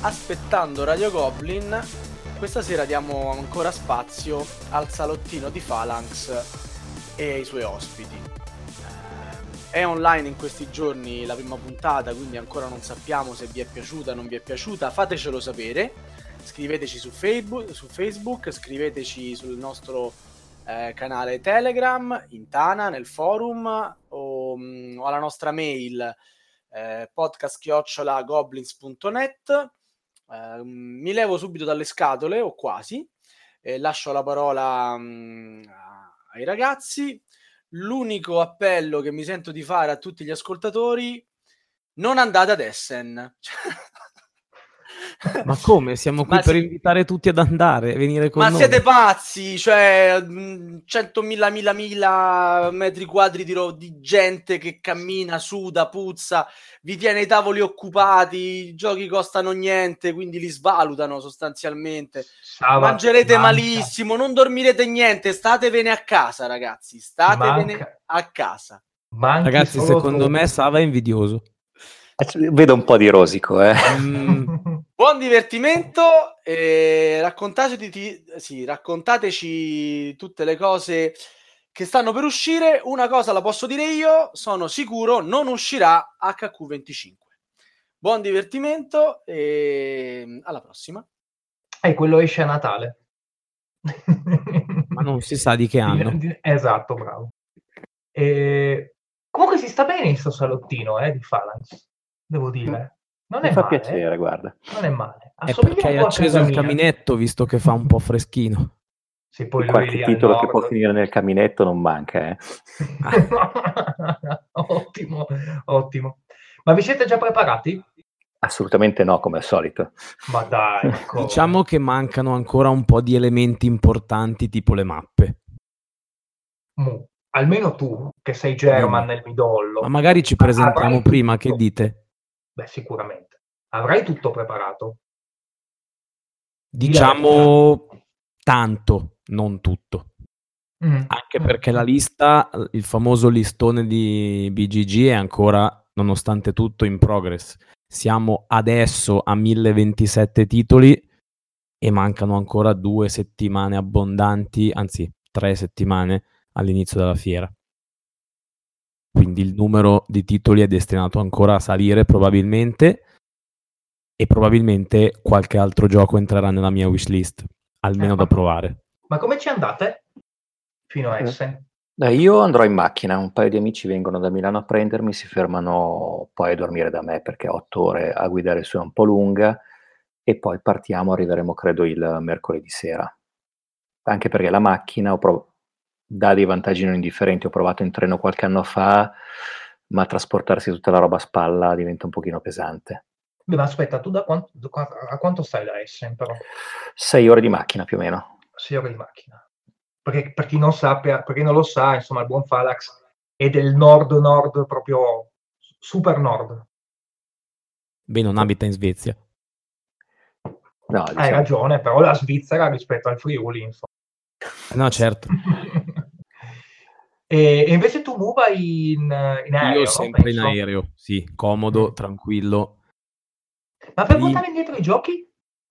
aspettando Radio Goblin, questa sera diamo ancora spazio al salottino di Phalanx e ai suoi ospiti. È online in questi giorni la prima puntata, quindi ancora non sappiamo se vi è piaciuta o non vi è piaciuta. Fatecelo sapere, scriveteci su Facebook, scriveteci sul nostro canale Telegram, in Tana, nel forum o alla nostra mail podcast@goblins.net. Mi levo subito dalle scatole, o quasi, lascio la parola ai ragazzi. L'unico appello che mi sento di fare a tutti gli ascoltatori: non andate ad Essen. Ma come? Siamo qui per invitare tutti ad andare, venire con noi. Ma siete pazzi? Cioè, 100.000 metri quadri di gente che cammina, suda, puzza, vi tiene i tavoli occupati, i giochi costano niente, quindi li svalutano sostanzialmente. Mangerete malissimo, non dormirete niente, statevene a casa, ragazzi, statevene a casa. Ragazzi, secondo me Sava è invidioso. Vedo un po' di rosico, Buon divertimento, raccontateci tutte le cose che stanno per uscire. Una cosa la posso dire io, sono sicuro non uscirà HQ25. Buon divertimento e alla prossima. Quello esce a Natale. Ma non si sa di che anno. Esatto, bravo. Comunque si sta bene in sto salottino di Phalanx, devo dire. Non mi è fa male, piacere, guarda. Non è male. È perché hai acceso il caminetto, visto che fa un po' freschino. Sì, poi qualche titolo che può finire nel caminetto non manca, Ottimo, ottimo. Ma vi siete già preparati? Assolutamente no, come al solito. Ma dai, diciamo che mancano ancora un po' di elementi importanti, tipo le mappe. Almeno tu, che sei German nel midollo. Ma magari ci presentiamo prima, che dite? Beh, sicuramente. Avrai tutto preparato? Diciamo tanto, non tutto. Anche perché la lista, il famoso listone di BGG è ancora, nonostante tutto, in progress. Siamo adesso a 1027 titoli e mancano ancora 2 settimane abbondanti, anzi 3 settimane all'inizio della fiera. Quindi il numero di titoli è destinato ancora a salire probabilmente, e probabilmente qualche altro gioco entrerà nella mia wishlist, almeno da provare. Ma come ci andate fino a Essen? Io andrò in macchina, un paio di amici vengono da Milano a prendermi, si fermano poi a dormire da me perché 8 ore a guidare su è un po' lunga, e poi arriveremo credo il mercoledì sera. Anche perché la macchina dà dei vantaggi non indifferenti. Ho provato in treno qualche anno fa, ma trasportarsi tutta la roba a spalla diventa un pochino pesante. Beh, ma aspetta, tu a quanto stai da Essen però? 6 ore di macchina più o meno. 6 ore di macchina. Perché per chi non lo sa, insomma, il buon Phalanx è del nord, proprio super nord. Beh, non abita in Svezia. No, diciamo... Hai ragione, però la Svizzera rispetto al Friuli, insomma. No, certo. E invece tu vai in aereo? Io sempre in aereo, sì, comodo, tranquillo. Ma per portare indietro i giochi?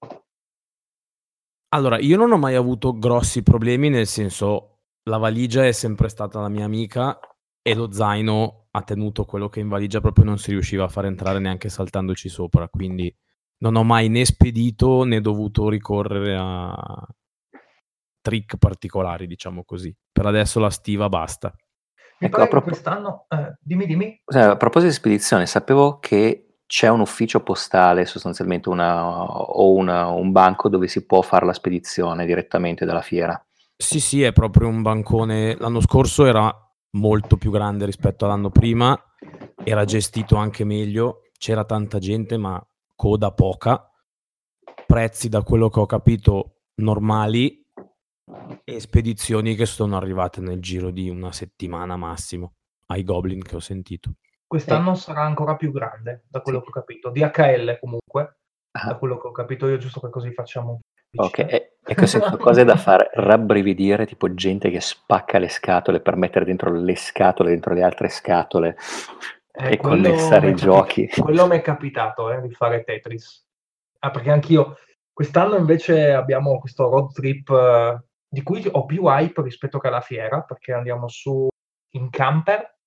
Allora, io non ho mai avuto grossi problemi, nel senso, la valigia è sempre stata la mia amica e lo zaino ha tenuto quello che in valigia proprio non si riusciva a far entrare neanche saltandoci sopra, quindi non ho mai né spedito né dovuto ricorrere a trick particolari, diciamo così. Per adesso la stiva basta. Ecco, quest'anno dimmi. A proposito di spedizione, sapevo che c'è un ufficio postale, sostanzialmente un banco dove si può fare la spedizione direttamente dalla fiera. Sì, è proprio un bancone. L'anno scorso era molto più grande rispetto all'anno prima, era gestito anche meglio, c'era tanta gente ma coda poca, prezzi da quello che ho capito normali, e spedizioni che sono arrivate nel giro di una settimana massimo ai Goblin che ho sentito. Quest'anno sarà ancora più grande, da quello che ho capito. DHL comunque, da quello che ho capito io, giusto che così facciamo. Ok, e queste sono cose da far rabbrividire, tipo gente che spacca le scatole per mettere dentro le scatole, dentro le altre scatole e connessare i giochi. Quello mi è capitato, di fare Tetris. perché anch'io quest'anno invece abbiamo questo road trip di cui ho più hype rispetto che alla fiera, perché andiamo su in camper,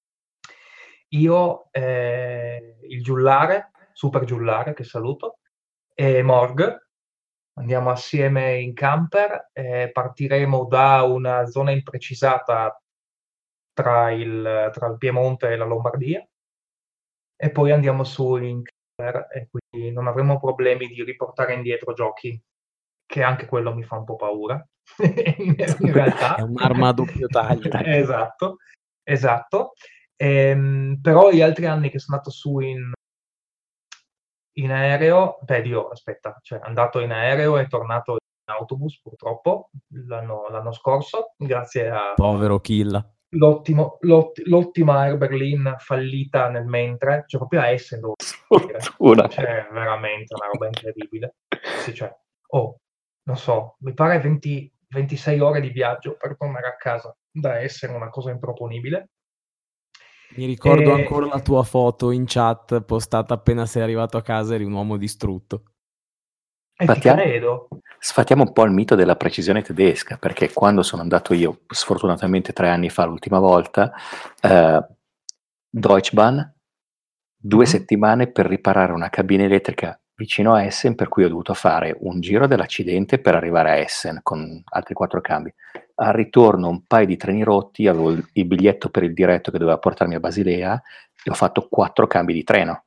io, il Giullare, Super Giullare, che saluto, e Morg. Andiamo assieme in camper, partiremo da una zona imprecisata tra il Piemonte e la Lombardia, e poi andiamo su in camper, e quindi non avremo problemi di riportare indietro giochi, che anche quello mi fa un po' paura, in realtà. È un'arma a doppio taglio. Esatto. Però gli altri anni che sono andato su in aereo, cioè andato in aereo e tornato in autobus purtroppo l'anno scorso, grazie a Povero Killa. l'ottima Air Berlin fallita nel mentre, cioè proprio a Essen devo dire. Cioè veramente una roba incredibile. Sì, cioè, non so, mi pare 26 ore di viaggio per tornare a casa da Essen, una cosa improponibile. Mi ricordo ancora la tua foto in chat postata appena sei arrivato a casa, eri un uomo distrutto. Ti credo. Sfatiamo un po' il mito della precisione tedesca, perché quando sono andato io, sfortunatamente 3 anni fa l'ultima volta, Deutsche Bahn, 2 settimane per riparare una cabina elettrica vicino a Essen, per cui ho dovuto fare un giro dell'accidente per arrivare a Essen con altri 4 cambi. Al ritorno un paio di treni rotti, avevo il biglietto per il diretto che doveva portarmi a Basilea e ho fatto 4 cambi di treno.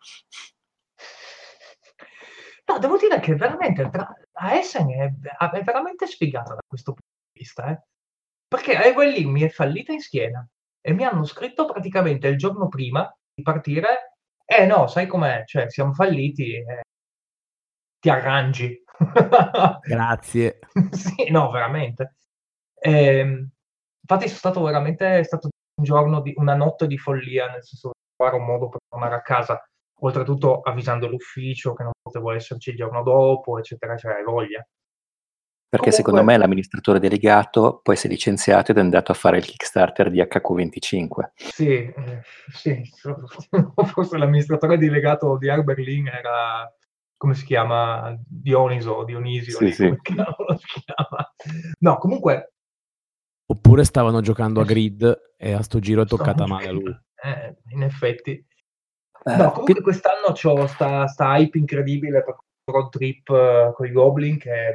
No, devo dire che veramente a Essen è veramente sfigata da questo punto di vista, perché Air Berlin mi è fallita in schiena e mi hanno scritto praticamente il giorno prima di partire: no, sai com'è, cioè siamo falliti, ti arrangi. Grazie. Sì, no, veramente. Infatti è stato un giorno una notte di follia, nel senso di trovare un modo per tornare a casa, oltretutto avvisando l'ufficio che non potevo esserci il giorno dopo, eccetera, hai voglia. Perché secondo me l'amministratore delegato poi si è licenziato ed è andato a fare il Kickstarter di HQ25. Sì, forse l'amministratore delegato di Air Berlin era, come si chiama? Dionisio, sì. Come cavolo si chiama? No, comunque... Oppure stavano giocando a Grid e a sto giro è toccata male a lui. In effetti. No, comunque quest'anno c'ho sta hype incredibile per il road trip con i Goblin, che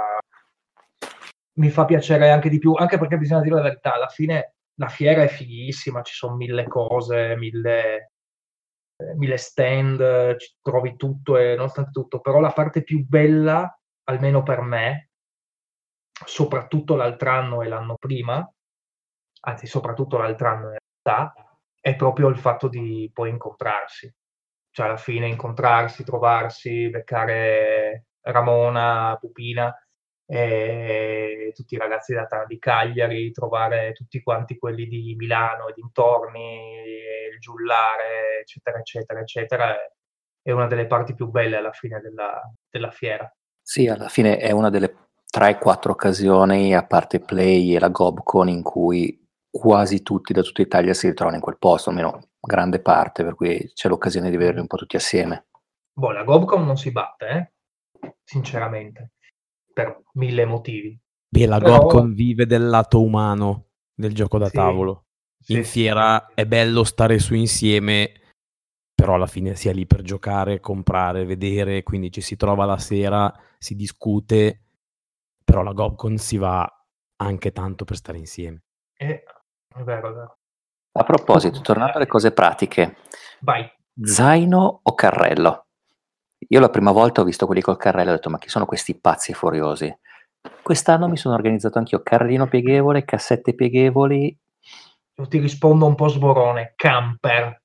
mi fa piacere anche di più, anche perché bisogna dire la verità, alla fine la fiera è fighissima, ci sono 1000 cose, 1000 stand, ci trovi tutto e nonostante tutto, però la parte più bella, almeno per me, soprattutto l'altro anno e l'anno prima, anzi soprattutto l'altro anno in realtà, è proprio il fatto di poi incontrarsi. Cioè alla fine incontrarsi, trovarsi, beccare Ramona, Pupina, e tutti i ragazzi di Cagliari, trovare tutti quanti quelli di Milano e dintorni, il Giullare, eccetera, eccetera, eccetera, è una delle parti più belle alla fine della fiera. Sì, alla fine è una delle 3-4 occasioni, a parte Play e la Gobcon, in cui quasi tutti da tutta Italia si ritrovano in quel posto, almeno grande parte, per cui c'è l'occasione di vederli un po' tutti assieme. La Gobcon non si batte, sinceramente, per 1000 motivi. La Gobcon vive del lato umano del gioco da tavolo. In fiera è bello stare su insieme, però alla fine si è lì per giocare, comprare, vedere, quindi ci si trova la sera, si discute, però la Gobcon si va anche tanto per stare insieme. È vero. A proposito, tornando alle cose pratiche, vai. Zaino o carrello? Io la prima volta ho visto quelli col carrello e ho detto: ma chi sono questi pazzi furiosi? Quest'anno mi sono organizzato anch'io carrellino pieghevole, cassette pieghevoli. Io ti rispondo un po' sborone, camper.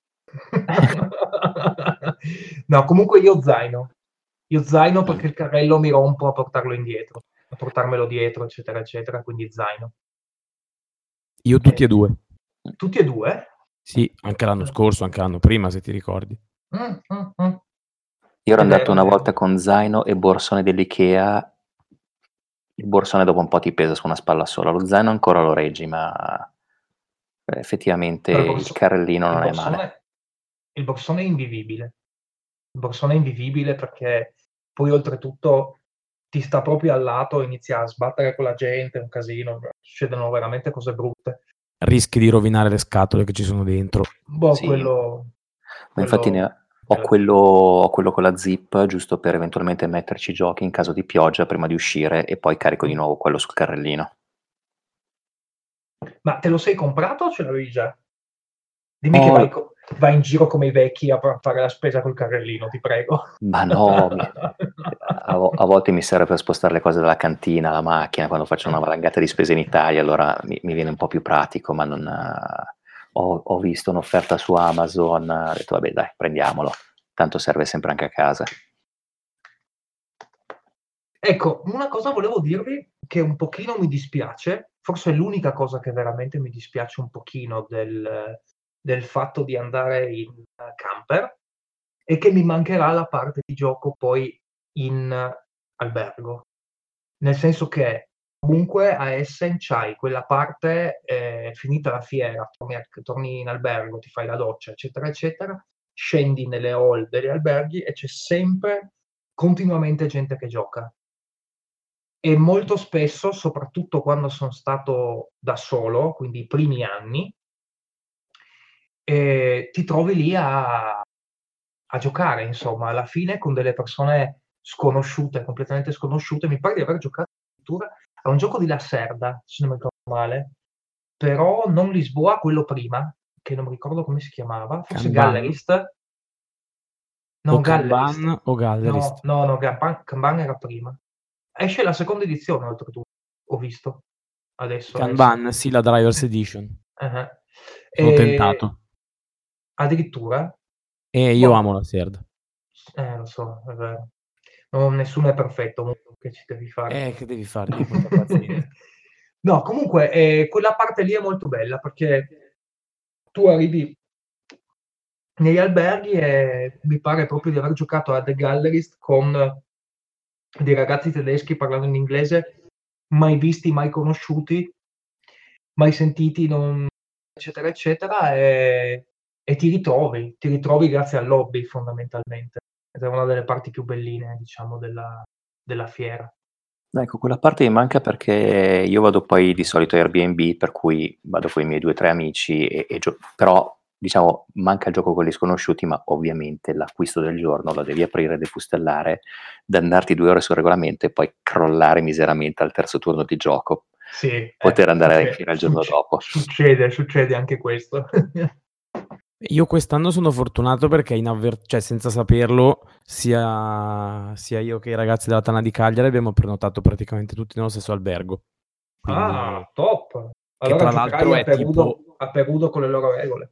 No, comunque io zaino perché il carrello mi rompo a portarlo indietro, a portarmelo dietro, eccetera, eccetera, quindi zaino. Io tutti e due. Tutti e due? Sì, anche l'anno scorso, anche l'anno prima, se ti ricordi. Io ero andato una volta con zaino e borsone dell'Ikea. Il borsone dopo un po' ti pesa su una spalla sola, lo zaino ancora lo reggi, ma effettivamente il carrellino non è male. Il borsone è invivibile. Il borsone è invivibile perché poi oltretutto ti sta proprio al lato, inizia a sbattere con la gente, è un casino, succedono veramente cose brutte. Rischi di rovinare le scatole che ci sono dentro. Boh, Sì. quello Ma infatti ho quello con la zip, giusto per eventualmente metterci i giochi in caso di pioggia prima di uscire, e poi carico di nuovo quello sul carrellino. Ma te lo sei comprato o ce l'avevi già? Dimmi che vai in giro come i vecchi a fare la spesa col carrellino, ti prego. Ma no, a volte mi serve per spostare le cose dalla cantina alla macchina, quando faccio una valangata di spese in Italia, allora mi viene un po' più pratico, ma non... Ho visto un'offerta su Amazon, ho detto vabbè dai, prendiamolo, tanto serve sempre anche a casa. Ecco, una cosa volevo dirvi che un pochino mi dispiace, forse è l'unica cosa che veramente mi dispiace un pochino del fatto di andare in camper, è che mi mancherà la parte di gioco poi in albergo. Nel senso che comunque a Essen c'hai quella parte, finita la fiera, torni in albergo, ti fai la doccia, eccetera, eccetera, scendi nelle hall degli alberghi e c'è sempre, continuamente gente che gioca. E molto spesso, soprattutto quando sono stato da solo, quindi i primi anni, ti trovi lì a giocare, insomma, alla fine con delle persone sconosciute, completamente sconosciute. Mi pare di aver giocato addirittura a un gioco di Lacerda, se non mi ricordo male, però non Lisboa, quello prima, che non mi ricordo come si chiamava, forse Kanban. Gallerist. No, Gallerist. Kanban o Gallerist? No, Kanban era prima. Esce la seconda edizione, oltretutto, ho visto adesso. Kanban, sì, la Drivers Edition. Uh-huh. Sono tentato. Addirittura? Io amo la Serda. Lo so, è vero. Nessuno è perfetto, che ci devi fare? Che devi fare? Devi portare pazienza. No, comunque, quella parte lì è molto bella, perché tu arrivi negli alberghi e mi pare proprio di aver giocato a The Gallerist con dei ragazzi tedeschi parlando in inglese, mai visti, mai conosciuti, mai sentiti, eccetera, eccetera, e ti ritrovi grazie al lobby, fondamentalmente. Ed è una delle parti più belline, diciamo, della fiera. Ecco, quella parte mi manca perché io vado poi di solito a Airbnb, per cui vado con i miei 2 o 3 amici però, diciamo, manca il gioco con gli sconosciuti, ma ovviamente l'acquisto del giorno lo devi aprire, defustellare, dandarti 2 ore sul regolamento e poi crollare miseramente al terzo turno di gioco. Sì, poter andare in fiera il giorno dopo. Succede anche questo. Io quest'anno sono fortunato perché cioè senza saperlo, sia io che i ragazzi della Tana di Cagliari abbiamo prenotato praticamente tutti nello stesso albergo. Quindi, top! Che tra l'altro è tipo a Perudo con le loro regole.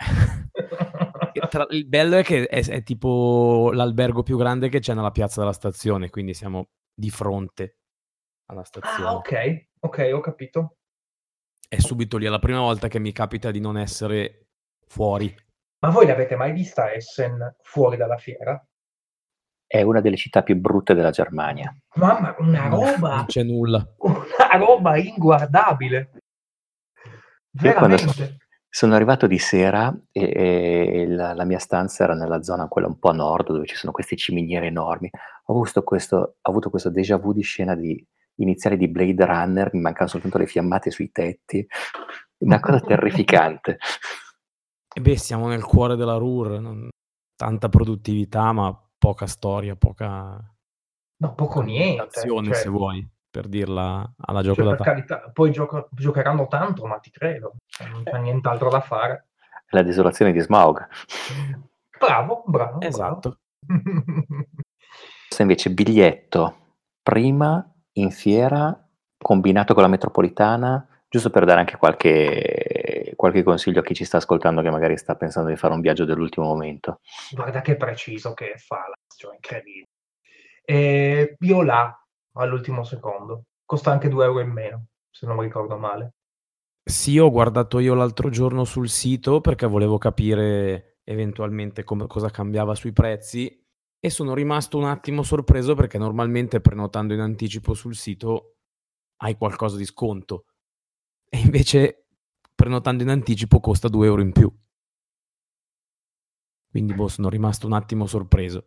Il bello è che è tipo l'albergo più grande che c'è nella piazza della stazione, quindi siamo di fronte alla stazione. Ok, ho capito. È subito lì, è la prima volta che mi capita di non essere fuori. Ma voi l'avete mai vista Essen fuori dalla fiera? È una delle città più brutte della Germania. Mamma, una roba! Non c'è nulla. Una roba inguardabile. Veramente. Sono arrivato di sera e la mia stanza era nella zona quella un po' a nord, dove ci sono queste ciminiere enormi. Ho avuto questo déjà vu di scena iniziale di Blade Runner, mi mancano soltanto le fiammate sui tetti, una cosa terrificante. Siamo nel cuore della Ruhr, tanta produttività, ma poca storia, poca niente. Cioè, se vuoi, per dirla alla gioco per data. carità, poi giocheranno tanto, ma ti credo, non c'è nient'altro da fare. La desolazione di Smaug. Bravo. Esatto. Questo invece biglietto prima in fiera combinato con la metropolitana, giusto per dare anche qualche consiglio a chi ci sta ascoltando che magari sta pensando di fare un viaggio dell'ultimo momento. Guarda che preciso che fa, cioè incredibile. Io là all'ultimo secondo, costa anche 2 euro in meno, se non mi ricordo male. Sì, ho guardato io l'altro giorno sul sito perché volevo capire eventualmente cosa cambiava sui prezzi e sono rimasto un attimo sorpreso perché normalmente prenotando in anticipo sul sito hai qualcosa di sconto e invece prenotando in anticipo costa 2 euro in più. Quindi sono rimasto un attimo sorpreso.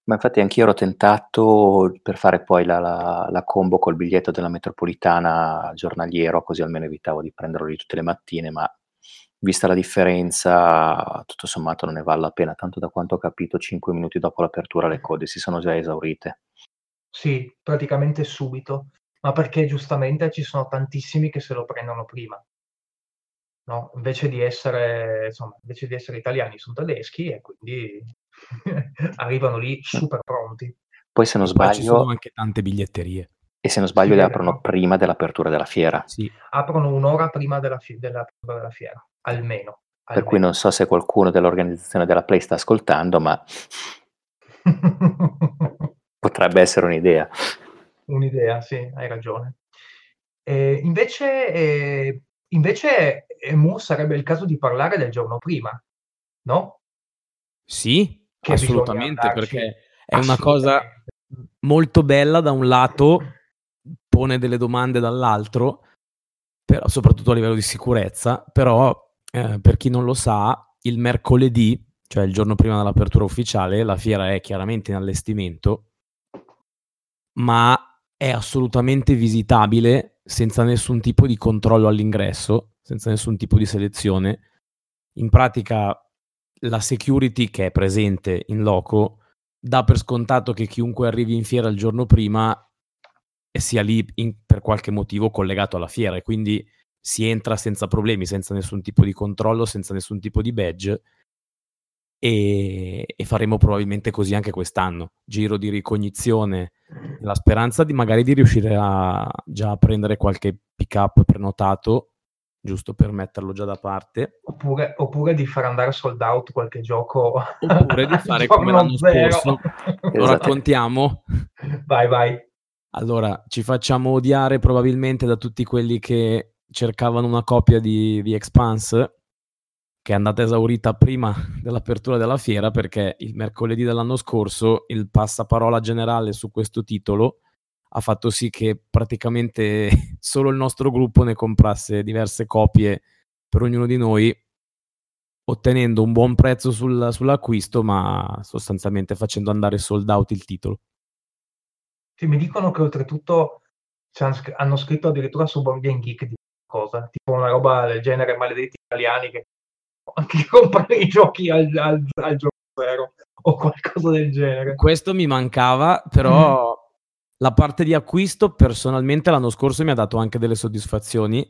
Ma infatti anch'io ero tentato per fare poi la combo col biglietto della metropolitana giornaliero, così almeno evitavo di prenderlo lì tutte le mattine, ma vista la differenza, tutto sommato non ne vale la pena, tanto da quanto ho capito 5 minuti dopo l'apertura le code si sono già esaurite. Sì, praticamente subito, ma perché giustamente ci sono tantissimi che se lo prendono prima. No, invece di essere italiani son tedeschi e quindi arrivano lì super pronti. Poi se non E poi ci sono sbaglio anche tante biglietterie. le Sì, è aprono vero. prima dell'apertura della fiera. Sì. Aprono 1 ora prima dell'apertura della fiera, almeno, Per cui almeno. non so se qualcuno dell'organizzazione della Play sta ascoltando, ma potrebbe essere un'idea. Un'idea, sì, hai ragione. Invece, Mu sarebbe il caso di parlare del giorno prima, no, Sì, che bisogna assolutamente, andarci perché è una cosa assolutamente. molto bella da un lato, pone delle domande dall'altro, però soprattutto a livello di sicurezza, però per chi non lo sa, il mercoledì, cioè il giorno prima dell'apertura ufficiale, la fiera è chiaramente in allestimento, ma è assolutamente visitabile senza nessun tipo di controllo all'ingresso, senza nessun tipo di selezione. In pratica la security che è presente in loco dà per scontato che chiunque arrivi in fiera il giorno prima sia lì per qualche motivo collegato alla fiera e quindi si entra senza problemi, senza nessun tipo di controllo, senza nessun tipo di badge e faremo probabilmente così anche quest'anno. Giro di ricognizione, la speranza di magari di riuscire già a prendere qualche pick-up prenotato, giusto per metterlo già da parte. Oppure di far andare sold out qualche gioco Oppure di al fare come giorno l'anno 0. scorso. Lo Esatto. raccontiamo? Vai. Allora, ci facciamo odiare probabilmente da tutti quelli che cercavano una copia di The Expanse, che è andata esaurita prima dell'apertura della fiera, perché il mercoledì dell'anno scorso il passaparola generale su questo titolo ha fatto sì che praticamente solo il nostro gruppo ne comprasse diverse copie per ognuno di noi, ottenendo un buon prezzo sull'acquisto, ma sostanzialmente facendo andare sold out il titolo. Sì, mi dicono che oltretutto hanno scritto addirittura su Board Game Geek di cosa, tipo una roba del genere, maledetti italiani che anche comprare i giochi al giorno 0 o qualcosa del genere. Questo mi mancava, però la parte di acquisto personalmente l'anno scorso mi ha dato anche delle soddisfazioni,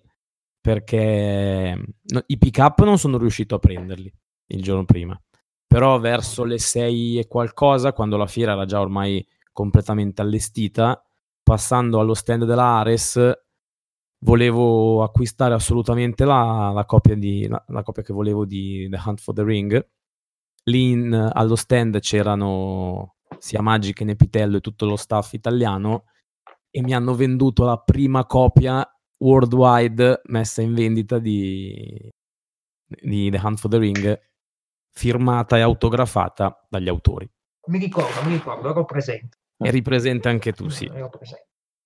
perché i pick-up non sono riuscito a prenderli il giorno prima, però verso le 6 e qualcosa, quando la fiera era già ormai completamente allestita, passando allo stand della Ares, volevo acquistare assolutamente la copia che volevo di The Hunt for the Ring. Lì allo stand c'erano sia Maggi che Nepitello e tutto lo staff italiano e mi hanno venduto la prima copia worldwide messa in vendita di The Hunt for the Ring, firmata e autografata dagli autori. Mi ricordo, ero presente. Eri presente anche tu, sì. Ero presente.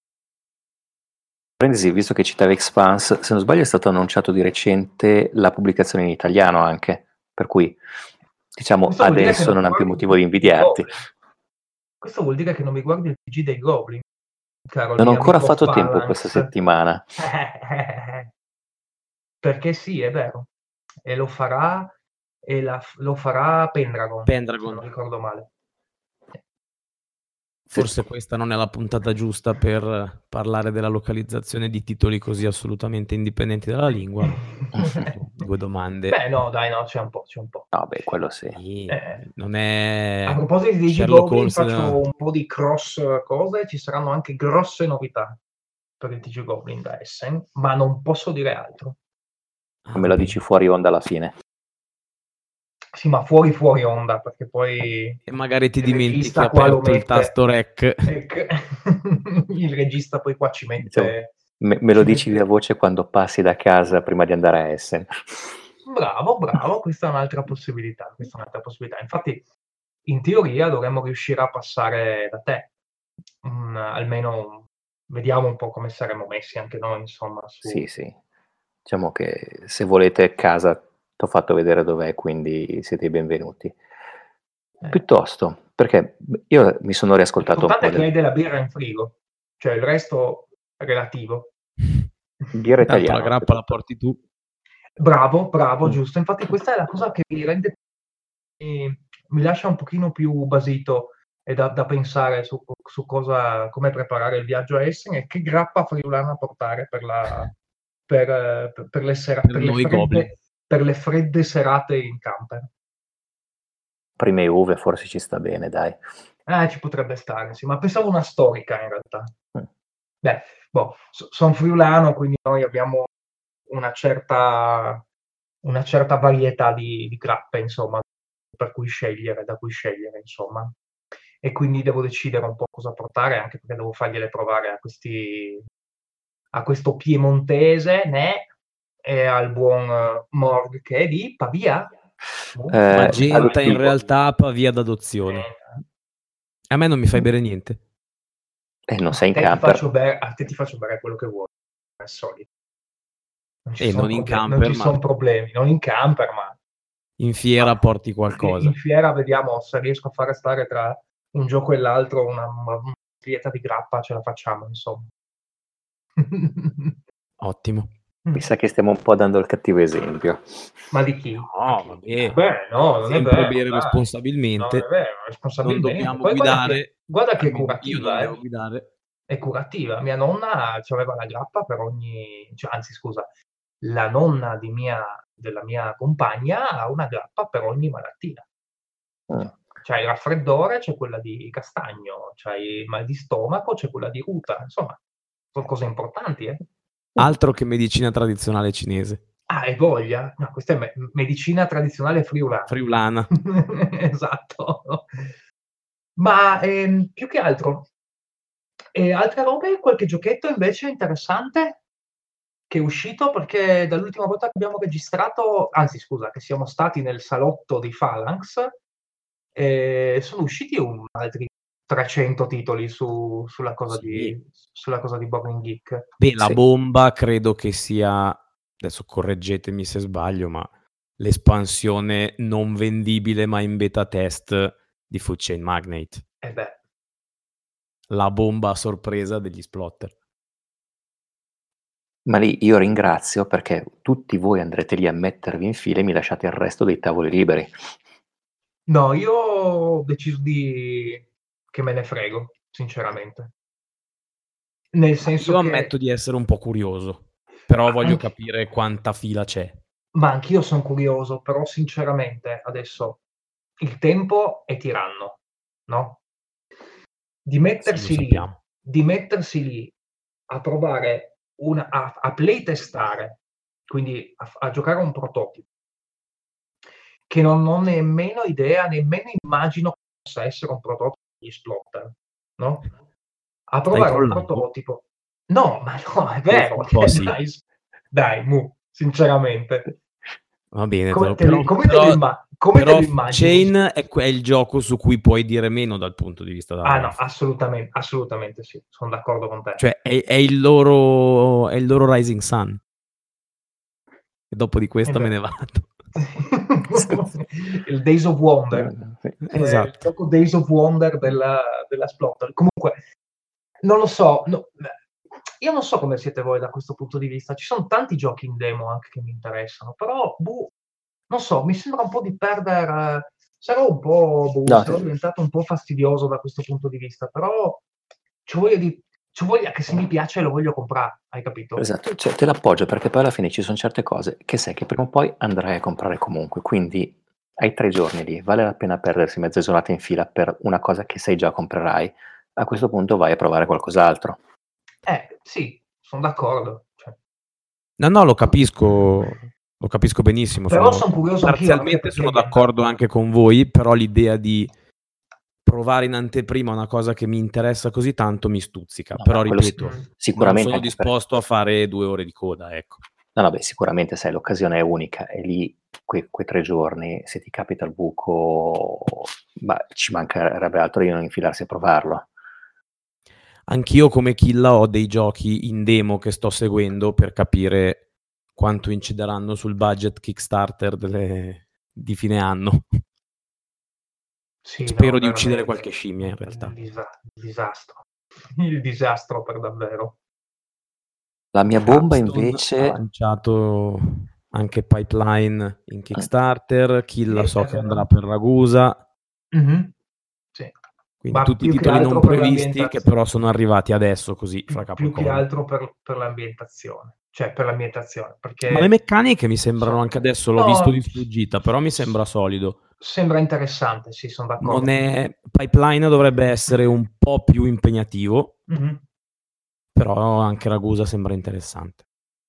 Parentesi, visto che citavi Expanse, se non sbaglio è stato annunciato di recente la pubblicazione in italiano anche, per cui diciamo adesso non ha più motivo di invidiarti. Questo vuol dire che non mi guardi il PG dei Goblin, caro. Non ho ancora fatto Phalanx. tempo questa settimana. Perché sì, è vero. E lo farà Pendragon, se non ricordo male. Forse questa non è la puntata giusta per parlare della localizzazione di titoli così assolutamente indipendenti dalla lingua. 2 domande. Beh, no, dai, no, c'è un po'. No, beh, quello sì. Non è A proposito di Sherlock TG Goblin, Holmes, faccio un po' di cross cose, ci saranno anche grosse novità per il TG Goblin da Essen, ma non posso dire altro. Come lo dici fuori onda alla fine. Sì, ma fuori onda, perché poi e magari ti il dimentichi regista qua lo aperto il mette. tasto rec. Il regista poi qua ci mette. Me lo dici via voce quando passi da casa prima di andare a Essen. Bravo, questa è un'altra possibilità. Infatti, in teoria dovremmo riuscire a passare da te. Almeno vediamo un po' come saremo messi anche noi, insomma. Sì. Diciamo che se volete casa ti ho fatto vedere dov'è, quindi siete i benvenuti. Piuttosto, perché io mi sono riascoltato un po' L'importante è che hai della birra in frigo, cioè il resto è relativo. birra Tanto italiana. la grappa la porti tu. Bravo, giusto. Infatti questa è la cosa che mi lascia un pochino più basito e da pensare su cosa, come preparare il viaggio a Essen e che grappa friulana portare per le fredde serate in camper. Prime uve forse ci sta bene, dai. Ci potrebbe stare, sì, ma pensavo una storica in realtà. Beh, sono friulano, quindi noi abbiamo una certa varietà di grappe, insomma, da cui scegliere, insomma. E quindi devo decidere un po' cosa portare, anche perché devo fargliele provare a questo piemontese, né? E al buon Morg che è di Pavia. Magenta in realtà Pavia d'adozione. A me non mi fai bere niente. Non sei in camper. A te ti faccio bere quello che vuoi, al solito. Non ci sono problemi, non in camper, ma in fiera porti qualcosa. In fiera vediamo se riesco a fare stare tra un gioco e l'altro una dieta di grappa, ce la facciamo, insomma. Ottimo. Mi sa che stiamo un po' dando il cattivo esempio. Ma di chi? No, vabbè. No, non sempre è vero, bere responsabilmente. Non è vero, responsabilmente. Non dobbiamo poi guidare. Guarda che è curativa. Io non devo guidare. È curativa. Mia nonna aveva la grappa per ogni... anzi, scusa, la nonna della mia compagna ha una grappa per ogni malattia. C'hai il raffreddore, c'è quella di castagno, c'hai il mal di stomaco, c'è quella di ruta. Insomma, sono cose importanti, Altro che medicina tradizionale cinese. Hai voglia? No, questa è medicina tradizionale friulana. Esatto. Ma più che altro, altre robe, qualche giochetto invece interessante che è uscito, perché dall'ultima volta che abbiamo registrato, anzi scusa, che siamo stati nel salotto di Phalanx, sono usciti altri 300 titoli sulla cosa di Boarding Geek. Beh, la bomba credo che sia, adesso correggetemi se sbaglio, ma l'espansione non vendibile ma in beta test di Food Chain Magnate. La bomba a sorpresa degli Splotter. Ma lì io ringrazio perché tutti voi andrete lì a mettervi in fila e mi lasciate il resto dei tavoli liberi. No, io ho deciso che me ne frego, sinceramente. Nel senso io ammetto di essere un po' curioso, però voglio capire quanta fila c'è. Ma anch'io sono curioso, però sinceramente adesso il tempo è tiranno, no? Di mettersi lì a provare a playtestare, quindi a giocare un prototipo che non ho nemmeno idea, nemmeno immagino che possa essere un prototipo di Splotter, no? A provare un prototipo. No, ma no, è vero. Dai, sinceramente. Va bene, come te lo immagini? Chain è il gioco su cui puoi dire meno dal punto di vista della no, assolutamente sì, sono d'accordo con te. Cioè è il loro Rising Sun. E dopo di questo me ne vado. Il Days of Wonder. Esatto. Il gioco Days of Wonder della Splotter. Comunque, non lo so, io non so come siete voi da questo punto di vista. Ci sono tanti giochi in demo anche che mi interessano, però non so, mi sembra un po' di perdere. Sarò un po' sarò diventato un po' fastidioso da questo punto di vista, però c'ho voglia che se mi piace lo voglio comprare, hai capito? Esatto, cioè, te l'appoggio perché poi alla fine ci sono certe cose che sai che prima o poi andrai a comprare comunque, quindi hai 3 giorni lì, vale la pena perdersi mezza giornata in fila per una cosa che sai già comprerai. A questo punto vai a provare qualcos'altro. Sì, sono d'accordo. No, lo capisco benissimo. Però sono curioso anch'io. Parzialmente sono d'accordo anche con voi, però l'idea di provare in anteprima una cosa che mi interessa così tanto mi stuzzica. Però ripeto, sicuramente non sono disposto a fare 2 ore di coda, ecco. No, beh, sicuramente sai, l'occasione è unica e lì quei 3 giorni, se ti capita il buco, ci mancherebbe altro di non infilarsi a provarlo. Anch'io come Killa ho dei giochi in demo che sto seguendo per capire quanto incideranno sul budget Kickstarter di fine anno. Sì, Spero no, di uccidere veramente. qualche scimmia in realtà. Disastro. Il disastro per davvero. La mia bomba Capstone ha invece... lanciato anche Pipeline in Kickstarter, Kill Sì, so è che vero. andrà per Ragusa, Sì. quindi Ma tutti più che titoli non altro per previsti che però sono arrivati adesso così fra più che capocollo. altro per l'ambientazione, cioè per l'ambientazione, Ma le perché meccaniche mi sembrano anche adesso, l'ho visto di no, sfuggita, però mi sembra solido. sembra interessante, sì, sono d'accordo. Pipeline dovrebbe essere un po' più impegnativo, Mhm. però anche Ragusa sembra interessante.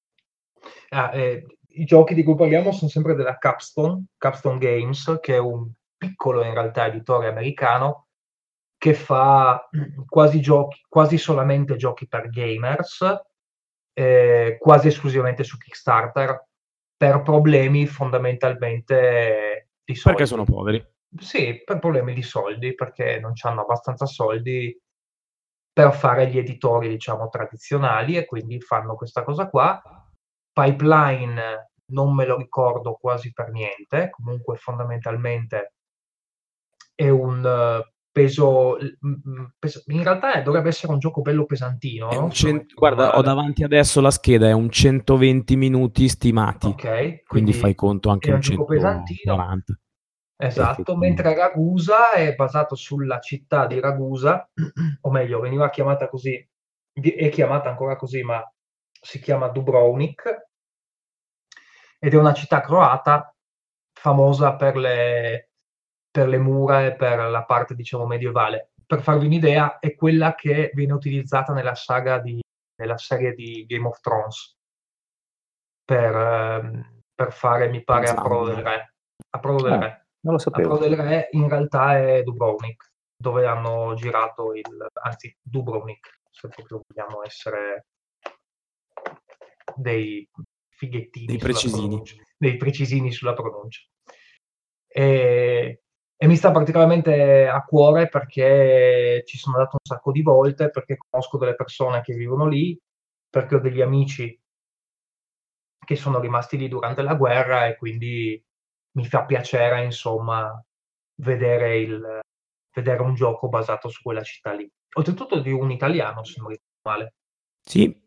I giochi di cui parliamo sono sempre della Capstone Games, che è un piccolo in realtà editore americano che fa quasi solamente giochi per gamers, quasi esclusivamente su Kickstarter, per problemi fondamentalmente di soldi. Perché sono poveri. Sì, per problemi di soldi, perché non c'hanno abbastanza soldi per fare gli editori, diciamo, tradizionali, e quindi fanno questa cosa qua. Pipeline non me lo ricordo quasi per niente, comunque fondamentalmente è un peso, in realtà dovrebbe essere un gioco bello pesantino, È no? un Se non mi ricordo guarda, ho male. davanti adesso la scheda, è un 120 minuti stimati, Ok, quindi quindi fai conto anche è un un gioco pesantino. 140. Esatto, mentre Effettivamente. Ragusa è basato sulla città di Ragusa, o meglio, veniva chiamata così, è chiamata ancora così, ma si chiama Dubrovnik, ed è una città croata famosa per le mura e per la parte, diciamo, medievale. Per farvi un'idea, è quella che viene utilizzata nella serie di Game of Thrones per fare, mi pare, Approdo del Re. Approdo del Re. Non lo sapevo. Approdo del Re in realtà è Dubrovnik, dove hanno girato anzi, Dubrovnik, se proprio vogliamo essere dei fighettini Dei sulla precisini. pronuncia, dei precisini sulla pronuncia. E mi sta particolarmente a cuore perché ci sono andato un sacco di volte, perché conosco delle persone che vivono lì, perché ho degli amici che sono rimasti lì durante la guerra, e quindi mi fa piacere, insomma, vedere un gioco basato su quella città lì. Oltretutto di un italiano, se non ricordo male. Sì.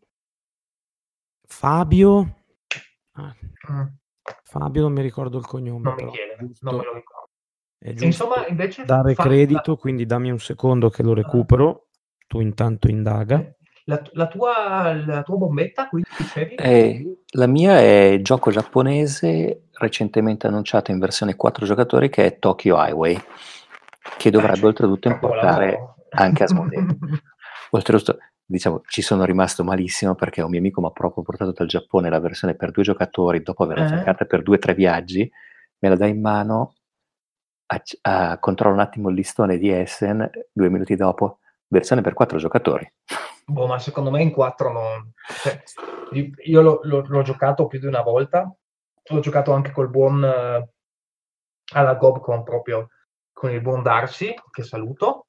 Fabio. Mm. Fabio non mi ricordo il cognome, Non mi però chiede, non me lo ricordo. è E insomma, giusto invece dare credito, quindi dammi un secondo che lo recupero. Tu intanto indaga. la tua bombetta, quindi dicevi? La mia è gioco giapponese recentemente annunciato in versione 4 giocatori, che è Tokyo Highway, che dovrebbe oltretutto importare anche Asmodee. Oltretutto, diciamo, ci sono rimasto malissimo perché un mio amico mi ha proprio portato dal Giappone la versione per 2 giocatori, dopo averla giocata per 2 o 3 viaggi, me la dà in mano, controllo un attimo il listone di Essen, 2 minuti dopo, versione per 4 giocatori. Boh, ma secondo me in 4 non... Cioè, io l'ho giocato più di una volta, l'ho giocato anche col buon... alla Gobcon, proprio con il buon Darcy, che saluto,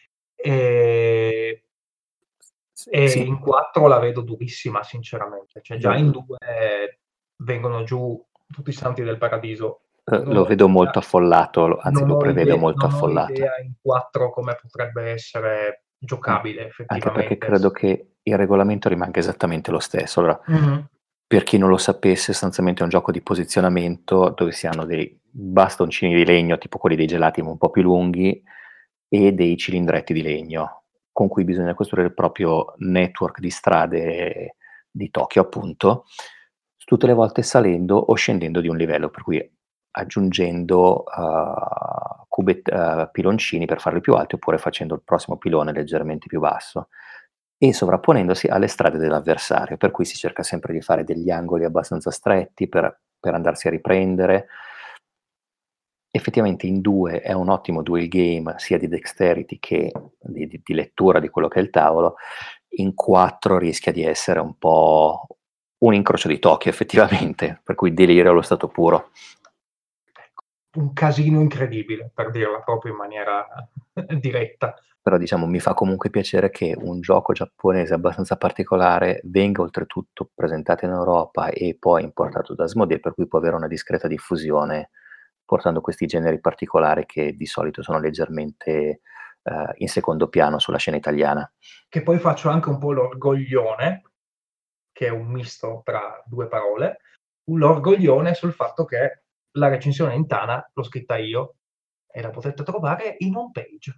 e Sì. in 4 la vedo durissima, sinceramente. Cioè, già Lo- in 2 vengono giù tutti i santi del paradiso. Lo vedo molto affollato, anzi lo prevedo molto Non ho affollato. idea in 4 come potrebbe essere giocabile, Anche perché effettivamente. credo che il regolamento rimanga esattamente lo stesso. Allora, per chi non lo sapesse, sostanzialmente è un gioco di posizionamento dove si hanno dei bastoncini di legno, tipo quelli dei gelati, ma un po' più lunghi, e dei cilindretti di legno, con cui bisogna costruire il proprio network di strade di Tokyo, appunto, tutte le volte salendo o scendendo di un livello, per cui aggiungendo piloncini per farli più alti, oppure facendo il prossimo pilone leggermente più basso, e sovrapponendosi alle strade dell'avversario, per cui si cerca sempre di fare degli angoli abbastanza stretti per andarsi a riprendere. Effettivamente in 2 è un ottimo duel game, sia di dexterity che di lettura di quello che è il tavolo. In 4 rischia di essere un po' un incrocio di Tokyo, effettivamente, per cui delirio allo stato puro. Un casino incredibile, per dirla proprio in maniera diretta. Però diciamo mi fa comunque piacere che un gioco giapponese abbastanza particolare venga oltretutto presentato in Europa e poi importato da Asmodee, per cui può avere una discreta diffusione portando questi generi particolari che di solito sono leggermente in secondo piano sulla scena italiana. Che poi faccio anche un po' l'orgoglione, che è un misto tra due parole, l'orgoglione sul fatto che la recensione in Tana l'ho scritta io e la potete trovare in home page.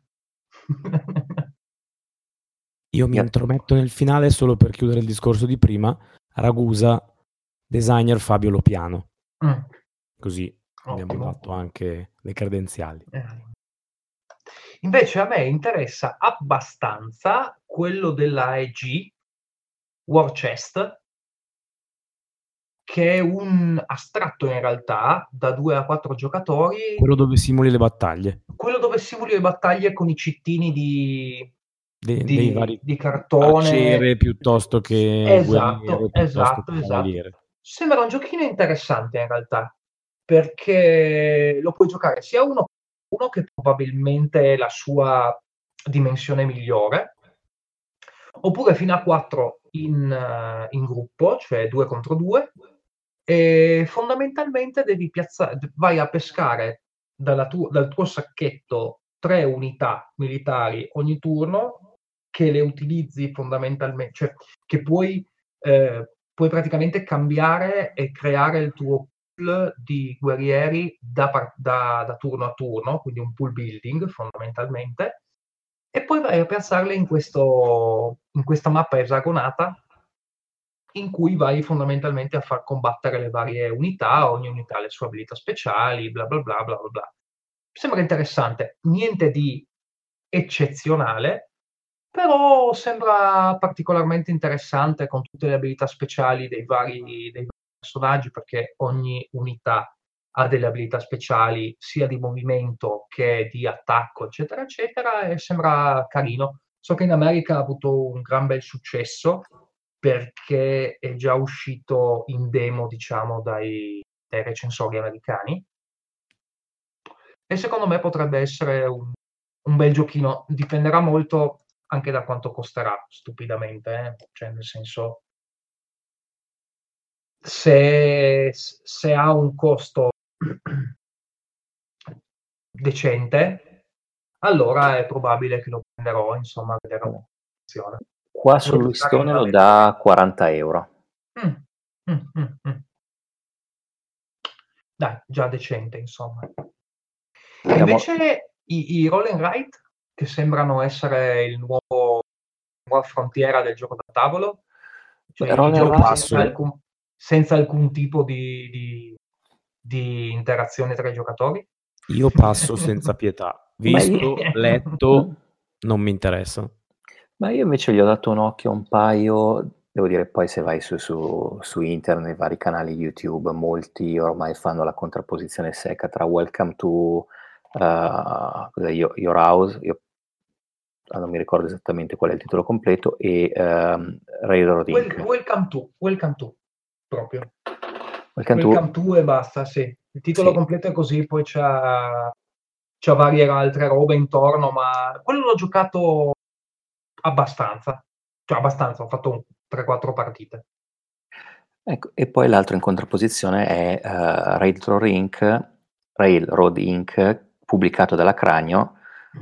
Io mi intrometto nel finale solo per chiudere il discorso di prima. Ragusa, designer Fabio Lopiano. Così abbiamo dato anche le credenziali. Invece a me interessa abbastanza quello della AEG, War Chest, che è un astratto in realtà da 2 a 4 giocatori. Quello dove simuli le battaglie. Quello dove simuli le battaglie con i cittini dei vari di cartone. Arciere piuttosto che guerriere, piuttosto che cavaliere. Sembra un giochino interessante in realtà, perché lo puoi giocare sia uno che probabilmente è la sua dimensione migliore, oppure fino a 4 in gruppo, cioè 2 contro 2, e fondamentalmente vai a pescare dal tuo sacchetto 3 unità militari ogni turno, che le utilizzi fondamentalmente, cioè che puoi praticamente cambiare e creare il tuo pool di guerrieri da turno a turno, quindi un pool building fondamentalmente, e poi vai a piazzarle in questa mappa esagonata, in cui vai fondamentalmente a far combattere le varie unità, ogni unità ha le sue abilità speciali, bla bla bla bla bla. Mi sembra interessante, niente di eccezionale, però sembra particolarmente interessante con tutte le abilità speciali dei vari personaggi, perché ogni unità ha delle abilità speciali sia di movimento che di attacco, eccetera, eccetera, e sembra carino. So che in America ha avuto un gran bel successo, perché è già uscito in demo, diciamo, dai recensori americani, e secondo me potrebbe essere un bel giochino. Dipenderà molto anche da quanto costerà, stupidamente, cioè nel senso, se ha un costo decente, allora è probabile che lo prenderò, insomma, a vedere la funzione. Qua sul listone lo dà 40 euro. Dai, già decente, insomma. E invece i roll and write, che sembrano essere il nuova frontiera del gioco da tavolo, cioè i giochi senza alcun tipo di interazione tra i giocatori. Io passo senza pietà. Visto, letto, non mi interessa. Ma io invece gli ho dato un occhio a un paio, devo dire, poi se vai su internet, nei vari canali YouTube, molti ormai fanno la contrapposizione secca tra Welcome to Your House, io non mi ricordo esattamente qual è il titolo completo, e Railroad Inc. Welcome to, proprio. Welcome to e basta, sì. Il titolo completo è così, poi c'ha varie altre robe intorno, ma quello l'ho giocato abbastanza, ho fatto 3-4 partite. Ecco, e poi l'altro in contrapposizione è Railroad Inc., pubblicato dalla Cranio,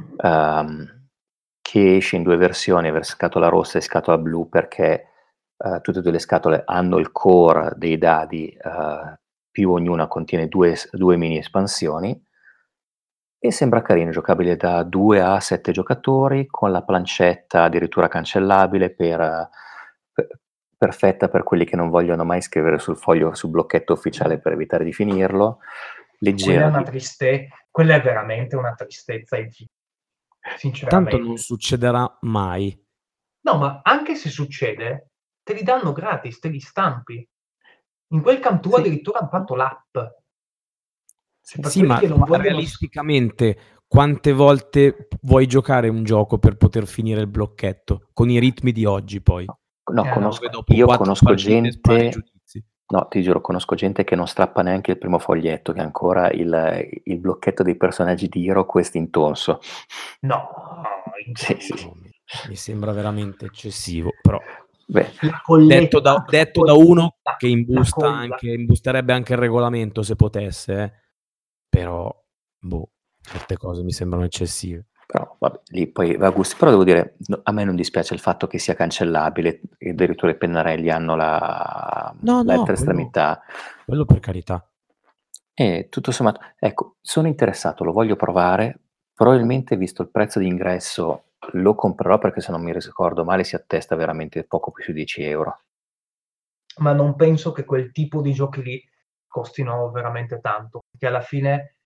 che esce in 2 versioni, scatola rossa e scatola blu, perché tutte e 2 le scatole hanno il core dei dadi, più ognuna contiene 2 mini espansioni, e sembra carino, giocabile da 2 a 7 giocatori, con la plancetta addirittura cancellabile, perfetta per quelli che non vogliono mai scrivere sul blocchetto ufficiale per evitare di finirlo. Leggero. Quella è veramente una tristezza, sinceramente. Tanto non succederà mai. No, ma anche se succede, te li danno gratis, te li stampi. In Welcome to addirittura hanno fatto l'app. Sì, ma realisticamente quante volte vuoi giocare un gioco per poter finire il blocchetto? Con i ritmi di oggi, poi. Conosco gente. No, ti giuro, conosco gente che non strappa neanche il primo foglietto, che ha ancora il blocchetto dei personaggi di HeroQuest intonso. No, sì. Mi sembra veramente eccessivo, però. Beh, detto da uno che imbusterebbe anche il regolamento se potesse, però certe cose mi sembrano eccessive. Però vabbè, lì poi va a gusti. Però devo dire, a me non dispiace il fatto che sia cancellabile e addirittura i pennarelli hanno l'altra estremità. Quello per carità. E tutto sommato, ecco, sono interessato, lo voglio provare. Probabilmente, visto il prezzo di ingresso, lo comprerò perché se non mi ricordo male si attesta veramente poco più su 10 euro. Ma non penso che quel tipo di giochi lì costino veramente tanto, perché alla fine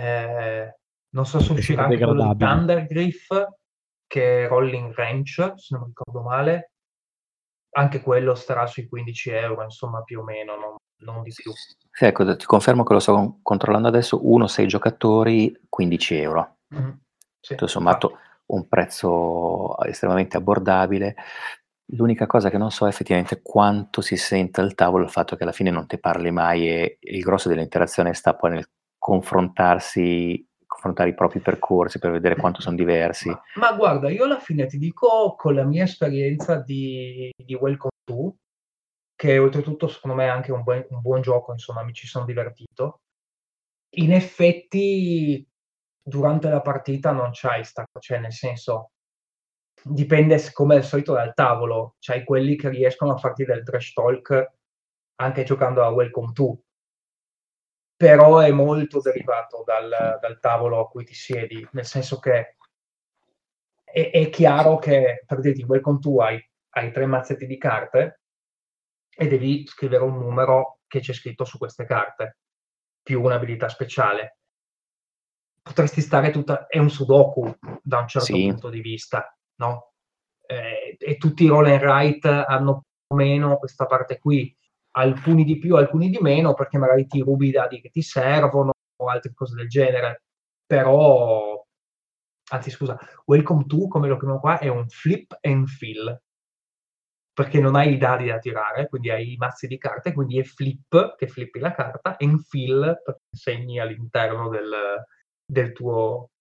non so se uscirà anche quello di Thundergriff, che è Rolling Ranch, se non mi ricordo male, anche quello starà sui 15 euro, insomma, più o meno, non di più. Sì, ecco, ti confermo che lo sto controllando adesso, 1-6 giocatori, 15 euro. Sì, tutto sommato un prezzo estremamente abbordabile. L'unica cosa che non so è effettivamente quanto si sente al tavolo il fatto che alla fine non te parli mai e il grosso dell'interazione sta poi nel confrontare i propri percorsi per vedere quanto sono diversi. Ma guarda, io alla fine ti dico, con la mia esperienza di Welcome to, che oltretutto secondo me è anche un buon gioco, insomma, mi ci sono divertito. In effetti durante la partita non c'hai cioè nel senso, dipende come al solito dal tavolo, c'hai quelli che riescono a farti del trash talk anche giocando a Welcome to, però è molto derivato dal tavolo a cui ti siedi, nel senso che è chiaro che, per dirti, Welcome to hai 3 mazzetti di carte e devi scrivere un numero che c'è scritto su queste carte, più un'abilità speciale. Potresti stare è un sudoku da un certo punto di vista, no? E tutti i roll and write hanno più o meno questa parte qui, alcuni di più, alcuni di meno, perché magari ti rubi i dadi che ti servono o altre cose del genere. Però, anzi scusa, Welcome to, come lo chiamiamo qua, è un flip and fill, perché non hai i dadi da tirare, quindi hai i mazzi di carte, quindi è flip, che flippi la carta, e fill, perché segni all'interno del tuo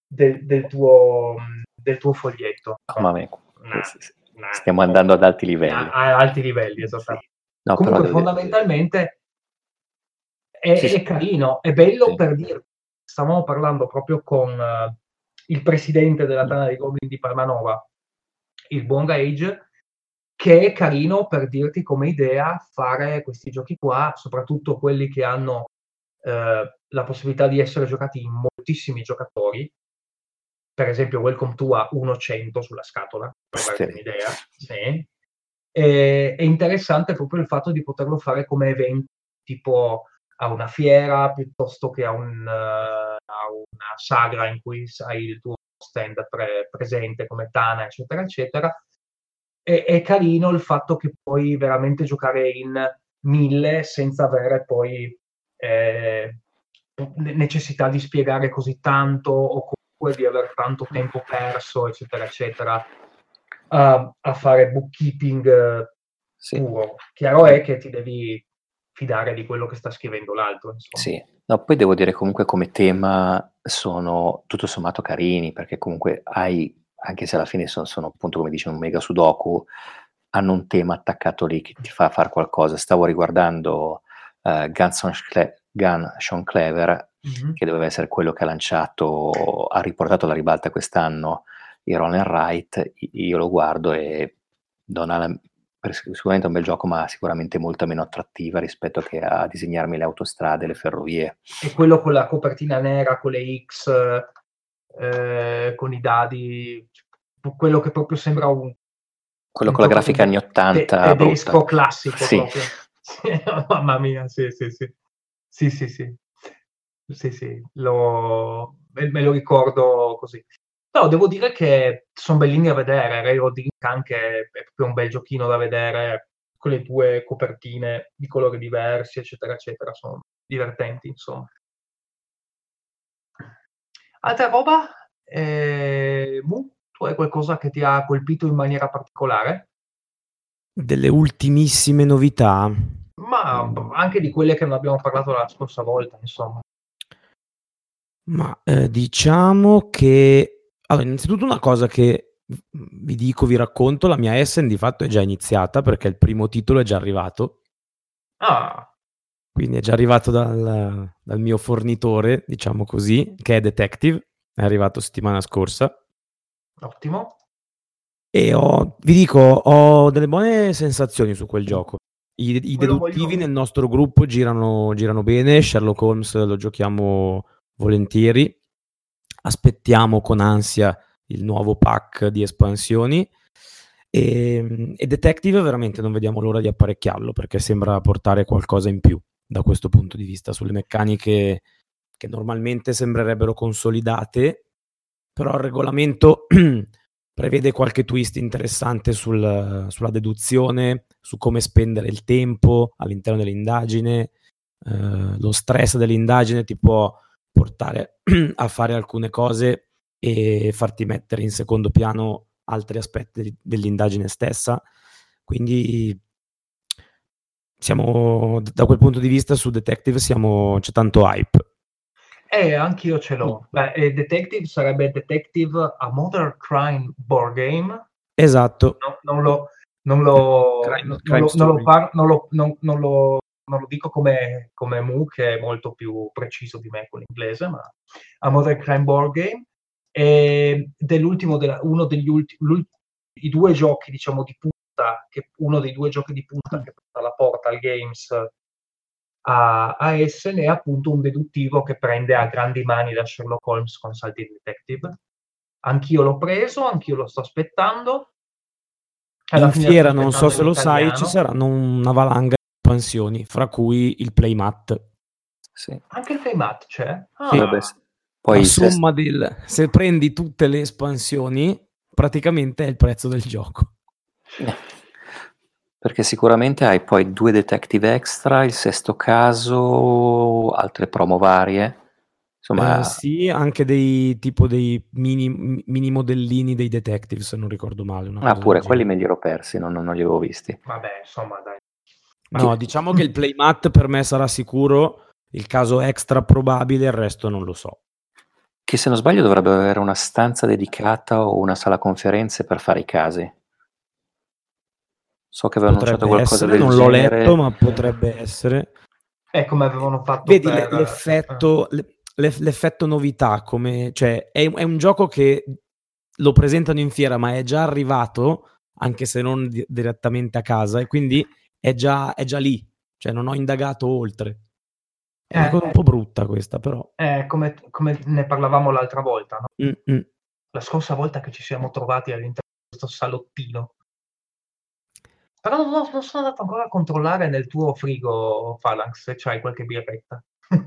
foglietto. Mamma mia, stiamo andando ad alti livelli. A alti livelli, esattamente. Sì. No, comunque fondamentalmente è carino, è bello per dire. Stavamo parlando proprio con il presidente della Tana dei Goblin di Palmanova, il buon Gage, che è carino per dirti come idea fare questi giochi qua, soprattutto quelli che hanno la possibilità di essere giocati in moltissimi giocatori. Per esempio Welcome to ha 100 sulla scatola, per darti un'idea. Sì. È interessante proprio il fatto di poterlo fare come evento, tipo a una fiera, piuttosto che a una sagra in cui hai il tuo stand presente come Tana, eccetera, eccetera. È carino il fatto che puoi veramente giocare in 1000 senza avere poi necessità di spiegare così tanto o comunque di aver tanto tempo perso, eccetera, eccetera, a fare bookkeeping puro. Chiaro è che ti devi fidare di quello che sta scrivendo l'altro, insomma. Sì, no, poi devo dire comunque come tema sono tutto sommato carini, perché comunque anche se alla fine sono appunto, come dice, un mega sudoku, hanno un tema attaccato lì che ti fa fare qualcosa. Stavo riguardando Gun Sean Clever, che doveva essere quello che ha riportato alla ribalta quest'anno il Roll and Write. Io lo guardo e sicuramente è un bel gioco, ma sicuramente molto meno attrattiva rispetto che a disegnarmi le autostrade e le ferrovie. E quello con la copertina nera, con le X, con i dadi, quello che proprio sembra quello con la grafica anni 80 tedesco classico, sì. Proprio. Mamma mia, sì. Me lo ricordo così. No, devo dire che sono bellini da vedere. Railroad Inc. anche è proprio un bel giochino da vedere, con le due copertine di colori diversi, eccetera, eccetera. Sono divertenti, insomma. Altra roba? Tu hai qualcosa che ti ha colpito in maniera particolare? Delle ultimissime novità? Ma anche di quelle che non abbiamo parlato la scorsa volta, insomma. Ma diciamo che... Allora, innanzitutto una cosa che vi racconto, la mia Essen di fatto è già iniziata perché il primo titolo è già arrivato. Ah. Quindi è già arrivato dal mio fornitore, diciamo così, che è Detective, è arrivato settimana scorsa. Ottimo. E vi dico, ho delle buone sensazioni su quel gioco. I deduttivi nel nostro gruppo girano bene, Sherlock Holmes lo giochiamo volentieri, aspettiamo con ansia il nuovo pack di espansioni e Detective veramente non vediamo l'ora di apparecchiarlo perché sembra portare qualcosa in più da questo punto di vista, sulle meccaniche che normalmente sembrerebbero consolidate, però il regolamento prevede qualche twist interessante sulla deduzione, su come spendere il tempo all'interno dell'indagine, lo stress dell'indagine ti può portare a fare alcune cose e farti mettere in secondo piano altri aspetti dell'indagine stessa. Quindi siamo, da quel punto di vista, su Detective c'è tanto hype. Anch'io ce l'ho. Detective sarebbe Detective a Modern Crime Board Game. Esatto. Non lo dico come Mu, che è molto più preciso di me con l'inglese, ma a Modern Crime Board Game. I due giochi, diciamo, di punta, uno dei due giochi di punta che porta la Portal Games a Essen è appunto un deduttivo che prende a grandi mani da Sherlock Holmes con salti di Detective. Anch'io l'ho preso, anch'io lo sto aspettando. In fiera, non so se lo sai, ci saranno una valanga di espansioni, fra cui il playmat. Sì. Anche il playmat c'è? Sì. Poi la somma se prendi tutte le espansioni, praticamente è il prezzo del gioco. Perché sicuramente hai poi 2 detective extra, il sesto caso, altre promo varie. Insomma, sì, anche dei mini modellini dei detective, se non ricordo male. Pure quelli me li ero persi, non li avevo visti. Vabbè, insomma, dai. No, diciamo che il playmat per me sarà sicuro, il caso extra probabile, il resto non lo so. Che se non sbaglio dovrebbe avere una stanza dedicata o una sala conferenze per fare i casi. So che aveva annunciato qualcosa del non genere. L'ho letto, ma potrebbe essere. È come avevano fatto. Vedi l'effetto novità, cioè è un gioco che lo presentano in fiera, ma è già arrivato, anche se non direttamente a casa, e quindi è già lì, cioè non ho indagato oltre. È una cosa un po' brutta questa, però. Come ne parlavamo l'altra volta, no? Mm-mm. La scorsa volta che ci siamo trovati all'interno di questo salottino. Però non sono andato ancora a controllare nel tuo frigo, Phalanx, se c'hai qualche birretta.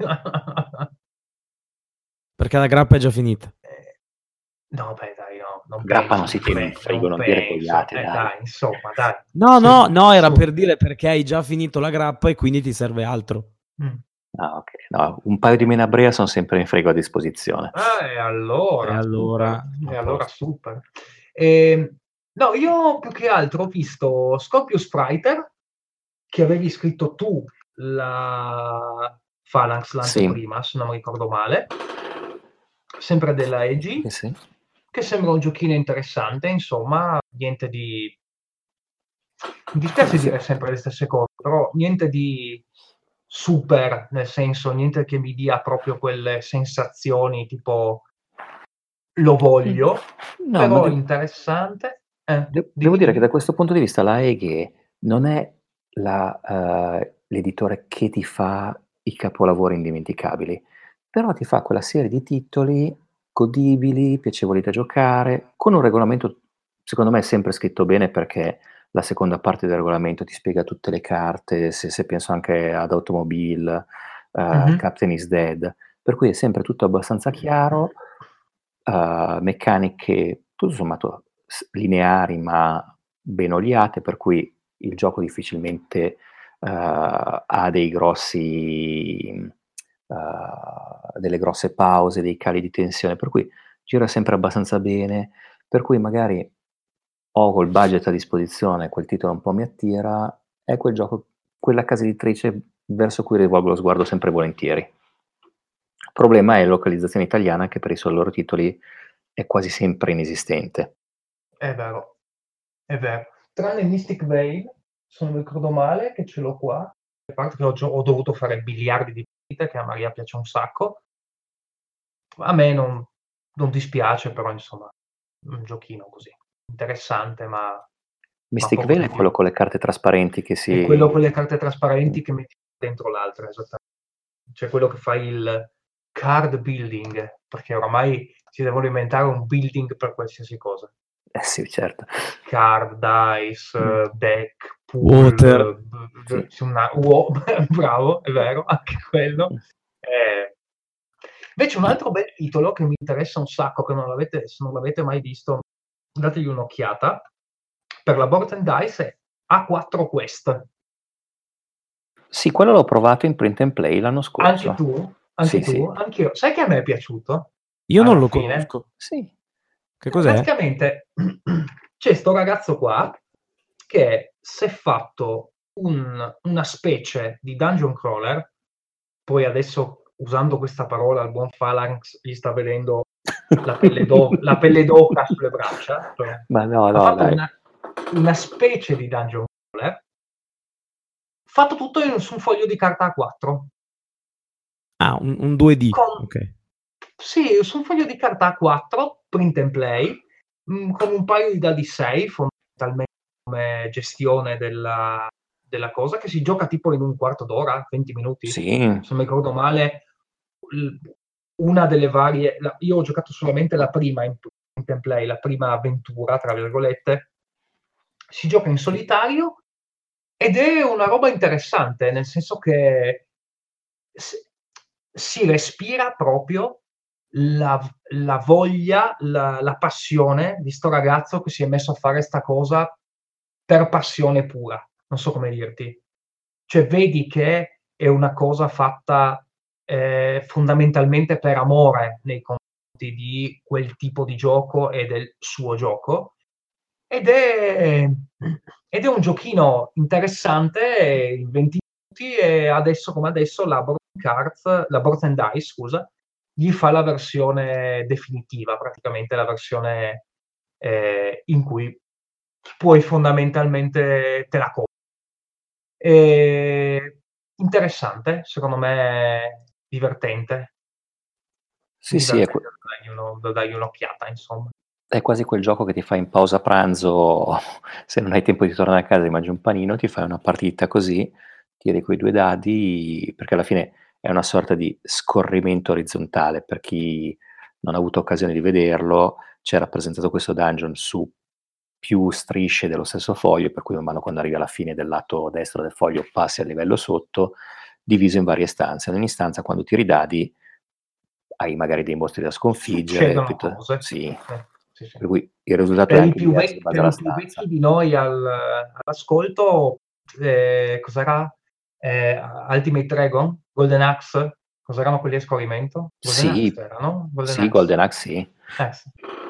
Perché la grappa è già finita. No, beh, dai, no. La grappa non si tiene in frigo, non dire cogliate, dai, insomma, dai. No, era per dire perché hai già finito la grappa e quindi ti serve altro. Ok. No, un paio di Menabrea sono sempre in frigo a disposizione. Allora super. No, io più che altro ho visto Scorpius Fighter, che avevi scritto tu, la Phalanx l'anteprima, se non mi ricordo male, sempre della EG, che sembra un giochino interessante, insomma, niente di... Mi dispiace dire sempre le stesse cose, però niente di super, nel senso, niente che mi dia proprio quelle sensazioni tipo lo voglio, però interessante. Devo dire che da questo punto di vista la EG non è l'editore che ti fa i capolavori indimenticabili, però ti fa quella serie di titoli godibili, piacevoli da giocare, con un regolamento secondo me sempre scritto bene, perché la seconda parte del regolamento ti spiega tutte le carte, se penso anche ad Automobile, Captain is Dead, per cui è sempre tutto abbastanza chiaro, meccaniche tutto sommato lineari ma ben oliate, per cui il gioco difficilmente ha dei grossi delle grosse pause, dei cali di tensione, per cui gira sempre abbastanza bene, per cui magari ho col budget a disposizione, quel titolo un po' mi attira, è quel gioco, quella casa editrice verso cui rivolgo lo sguardo sempre volentieri. Il problema è la localizzazione italiana, che per i loro titoli è quasi sempre inesistente. È vero. Tranne Mystic Veil, se non ricordo male, che ce l'ho qua, parte che ho dovuto fare miliardi di partite, che a Maria piace un sacco. A me non dispiace, però insomma, un giochino così interessante, ma Mystic Veil è quello con le carte trasparenti che si... È quello con le carte trasparenti che metti dentro l'altra, esattamente. Cioè quello che fa il card building, perché oramai si devono inventare un building per qualsiasi cosa. Sì, certo. Card, dice, deck, pool, water. bravo, è vero, anche quello. Invece un altro bel titolo che mi interessa un sacco, che se non l'avete mai visto, dategli un'occhiata, per la Board and Dice è A4 Quest. Sì, quello l'ho provato in print and play l'anno scorso. Anche tu? Anche tu? Sì. Anch'io. Sai che a me è piaciuto? Io non lo conosco. Sì. Che cos'è? Praticamente c'è sto ragazzo qua che si è fatto una specie di dungeon crawler, poi adesso usando questa parola il buon Phalanx gli sta vedendo la pelle d'oca sulle braccia. Ma no, ha fatto dai. Una specie di dungeon crawler fatto tutto su un foglio di carta A4. Ah, un 2D. Ok. Sì, su un foglio di carta A4, print and play, con un paio di dadi 6, fondamentalmente come gestione della cosa, che si gioca tipo in un quarto d'ora, 20 minuti. Sì. Se mi ricordo male, una delle varie... io ho giocato solamente la prima in print and play, la prima avventura, tra virgolette. Si gioca in solitario ed è una roba interessante, nel senso che si respira proprio la voglia, la passione di sto ragazzo che si è messo a fare sta cosa per passione pura. Non so come dirti. Cioè vedi che è una cosa fatta fondamentalmente per amore nei confronti di quel tipo di gioco e del suo gioco. Ed è un giochino interessante in 20 minuti, e adesso come adesso la Board and Dice, scusa, gli fa la versione definitiva, praticamente la versione in cui puoi fondamentalmente te la compri. Interessante, secondo me divertente. Sì, dagli un'occhiata, insomma. È quasi quel gioco che ti fai in pausa pranzo, se non hai tempo di tornare a casa e mangi un panino, ti fai una partita così, tiri quei 2 dadi, perché alla fine è una sorta di scorrimento orizzontale. Per chi non ha avuto occasione di vederlo, c'è rappresentato questo dungeon su più strisce dello stesso foglio, per cui man mano quando arrivi alla fine del lato destro del foglio passi al livello sotto, diviso in varie stanze. In ogni stanza, quando tiri i dadi, hai magari dei mostri da sconfiggere. Cose. Sì. Sì. Per cui il risultato è anche diverso in base alla stanza. Per i più vecchi di noi all'ascolto, cos'era? Ultimate Dragon? Golden Axe? Cos'erano quelli a scorrimento? Golden Axe erano? Golden Axe sì. Sì.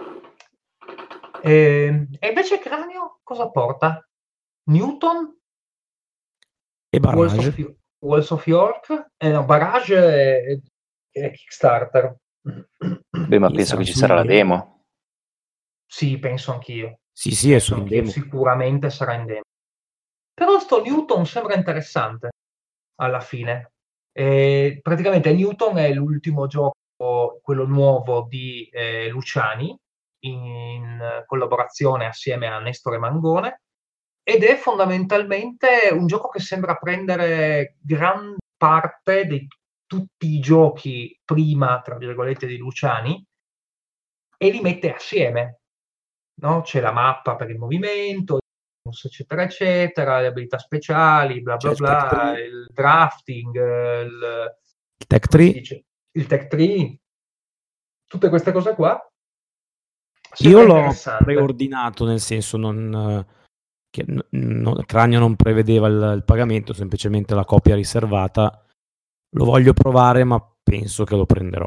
E invece Cranio cosa porta? Newton? E Barrage? Walls of York? No, Barrage è Kickstarter. Beh, ma penso che ci sarà la demo. Sì, penso anch'io. Sì, è su demo. Sicuramente sarà in demo. Però sto Newton sembra interessante alla fine. Praticamente Newton è l'ultimo gioco, quello nuovo di Luciani, in collaborazione assieme a Nestore Mangone, ed è fondamentalmente un gioco che sembra prendere gran parte di tutti i giochi prima, tra virgolette, di Luciani, e li mette assieme. No? C'è la mappa per il movimento, eccetera, eccetera, le abilità speciali, bla bla bla, il drafting, il tech tree. Il tech tree, tutte queste cose qua. Io l'ho preordinato, nel senso che Cranio non prevedeva il pagamento, semplicemente la copia riservata. Lo voglio provare, ma penso che lo prenderò.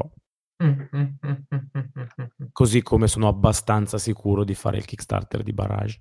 Così come sono abbastanza sicuro di fare il Kickstarter di Barrage.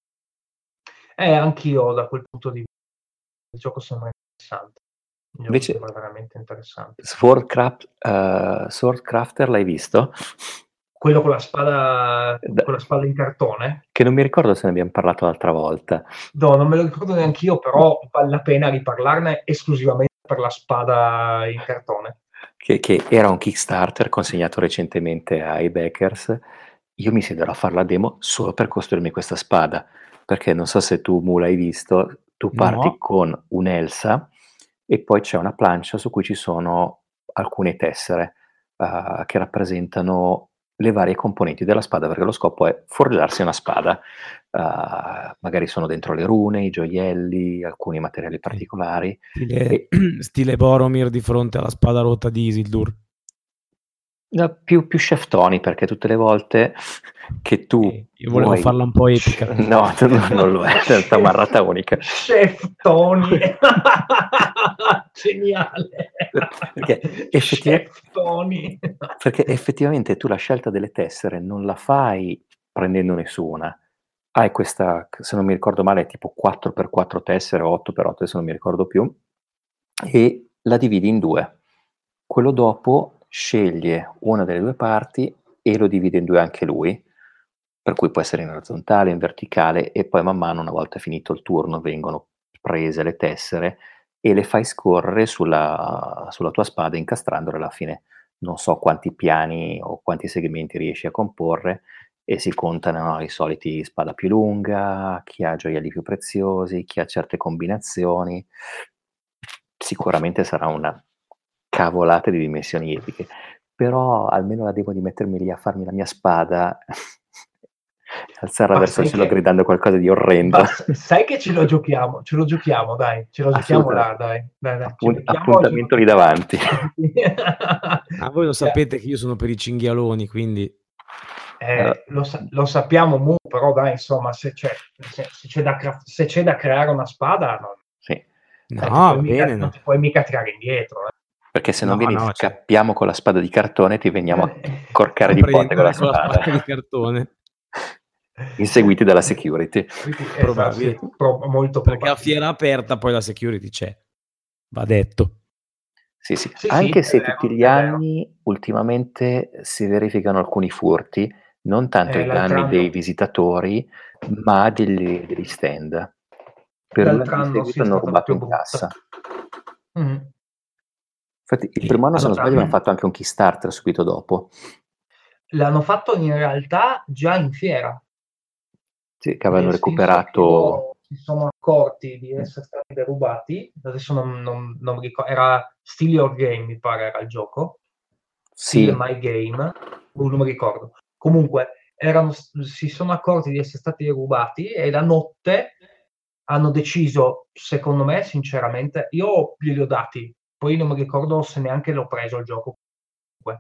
Anch'io da quel punto di vista il gioco sembra interessante. Invece sembra veramente interessante. Swordcrafter l'hai visto? Quello con la spada in cartone? Che non mi ricordo se ne abbiamo parlato l'altra volta. No, non me lo ricordo neanch'io, però vale la pena riparlarne esclusivamente per la spada in cartone. Che era un Kickstarter consegnato recentemente ai backers. Io mi siederò a fare la demo solo per costruirmi questa spada, perché non so se tu, Mu, l'hai visto, tu parti No. con un'Elsa e poi c'è una plancia su cui ci sono alcune tessere che rappresentano le varie componenti della spada, perché lo scopo è forgiarsi una spada. Magari sono dentro le rune, i gioielli, alcuni materiali particolari. Stile Boromir di fronte alla spada rotta di Isildur. No, più Chef Tony, perché tutte le volte che tu io volevo farla un po' epica. No, non lo è, è una tamarrata unica. Chef Tony. Geniale. Chef Tony. Perché effettivamente tu la scelta delle tessere non la fai prendendo nessuna. Hai questa, se non mi ricordo male, tipo 4x4 tessere o 8x8, se non mi ricordo più, e la dividi in due. Quello dopo sceglie una delle due parti e lo divide in due anche lui, per cui può essere in orizzontale, in verticale, e poi man mano, una volta finito il turno, vengono prese le tessere e le fai scorrere sulla tua spada, incastrandole. Alla fine non so quanti piani o quanti segmenti riesci a comporre, e si contano i soliti spada più lunga, chi ha gioielli più preziosi, chi ha certe combinazioni. Sicuramente sarà una cavolata di dimensioni epiche, però almeno la devo di mettermi lì a farmi la mia spada, alzarla verso il cielo gridando qualcosa di orrendo. Sai che ce lo giochiamo, dai, ce lo giochiamo là, dai. Appuntamento lì davanti. Voi lo sapete che io sono per i cinghialoni, quindi lo sappiamo, Mu, però dai, insomma, se c'è da creare una spada, sì. Non ti puoi mica tirare indietro. Perché se non vieni, scappiamo con la spada di cartone e ti veniamo a corcare di botte con la spada di cartone. Inseguiti dalla security. Probabile. Molto perché a fiera aperta poi la security c'è, va detto. Sì. Anche se tutti gli anni ultimamente si verificano alcuni furti, non tanto i danni dei visitatori, ma degli stand. Per l'anno di seguito hanno rubato in cassa. Infatti il primo anno, se non sbaglio, hanno fatto anche un Kickstarter subito dopo. L'hanno fatto in realtà già in fiera. Sì, che avevano recuperato. Si sono accorti di essere stati derubati. Adesso non mi ricordo, era Steal Your Game, mi pare era il gioco. Steal My Game, non mi ricordo. Comunque si sono accorti di essere stati derubati e la notte hanno deciso, secondo me, sinceramente, io glieli ho dati, poi non mi ricordo se neanche l'ho preso il gioco, o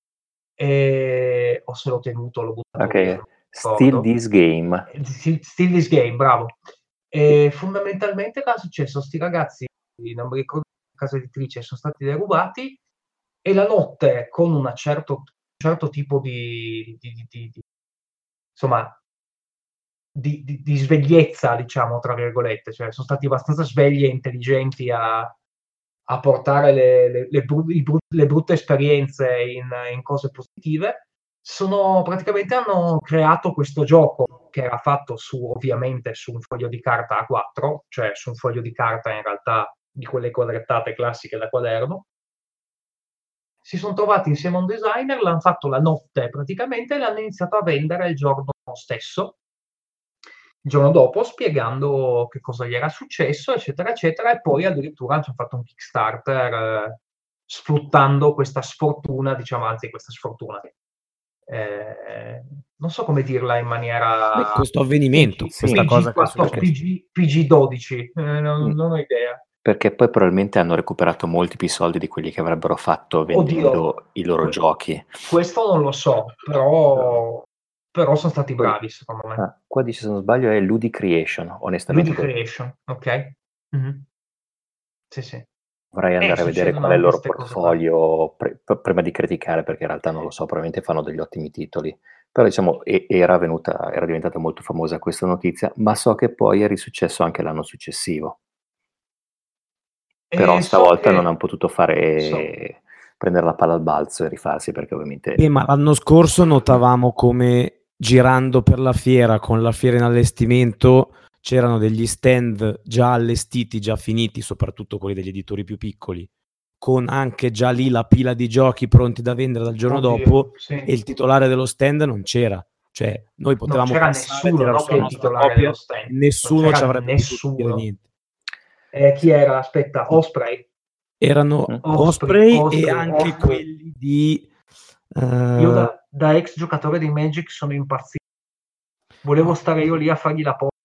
se l'ho tenuto, l'ho buttato via. Steal This Game. Steal This Game, bravo. E fondamentalmente cosa è successo? Sti ragazzi, non mi ricordo, casa editrice, sono stati derubati e la notte, con un certo tipo di insomma di svegliezza, diciamo, tra virgolette, cioè sono stati abbastanza svegli e intelligenti a portare le brutte esperienze in cose positive. Praticamente hanno creato questo gioco che era fatto ovviamente su un foglio di carta A4, cioè su un foglio di carta in realtà di quelle quadrettate classiche da quaderno. Si sono trovati insieme a un designer, l'hanno fatto la notte praticamente e l'hanno iniziato a vendere il giorno stesso, il giorno dopo, spiegando che cosa gli era successo, eccetera, eccetera, e poi addirittura hanno fatto un Kickstarter sfruttando questa sfortuna, diciamo, anzi questa sfortuna. Non so come dirla in maniera... questo avvenimento, questa cosa PG-12, non ho idea. Perché poi probabilmente hanno recuperato molti più soldi di quelli che avrebbero fatto vendendo i loro giochi. Questo non lo so, però sono stati bravi, secondo me. Qua dice, se non sbaglio, è Ludicreation, onestamente. Ludicreation, ok. Mm-hmm. Sì. Vorrei andare a vedere qual è il loro portfolio prima di criticare, perché in realtà non lo so, probabilmente fanno degli ottimi titoli. Però diciamo, era diventata molto famosa questa notizia, ma so che poi è risuccesso anche l'anno successivo. Però stavolta non hanno potuto fare prendere la palla al balzo e rifarsi, perché ovviamente... Ma l'anno scorso notavamo come girando per la fiera, con la fiera in allestimento, c'erano degli stand già allestiti, già finiti, soprattutto quelli degli editori più piccoli, con anche già lì la pila di giochi pronti da vendere dal giorno dopo, sì. e il titolare dello stand non c'era. Cioè, noi potevamo non c'era passare, nessuno, tirare no, su che la il nostra titolare copia, dello stand. nessuno ci avrebbe potuto dire niente. Chi era? Aspetta, Osprey? Erano Osprey e anche quelli di... Io da ex giocatore di Magic sono impazzito. Volevo stare io lì a fargli la porta.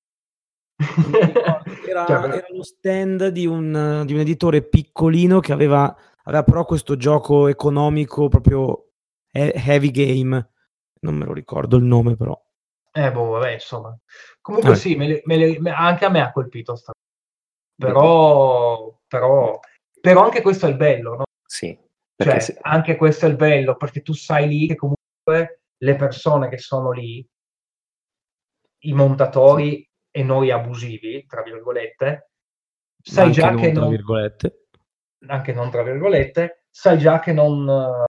Era lo stand di un editore piccolino che aveva però questo gioco economico proprio heavy game, non me lo ricordo il nome però. Vabbè, insomma. Comunque sì, anche a me ha colpito però anche questo è il bello, no? Sì. Cioè, anche questo è il bello, perché tu sai lì che comunque le persone che sono lì, i montatori e noi abusivi, tra virgolette, sai già che non... Anche non tra virgolette, sai già che non...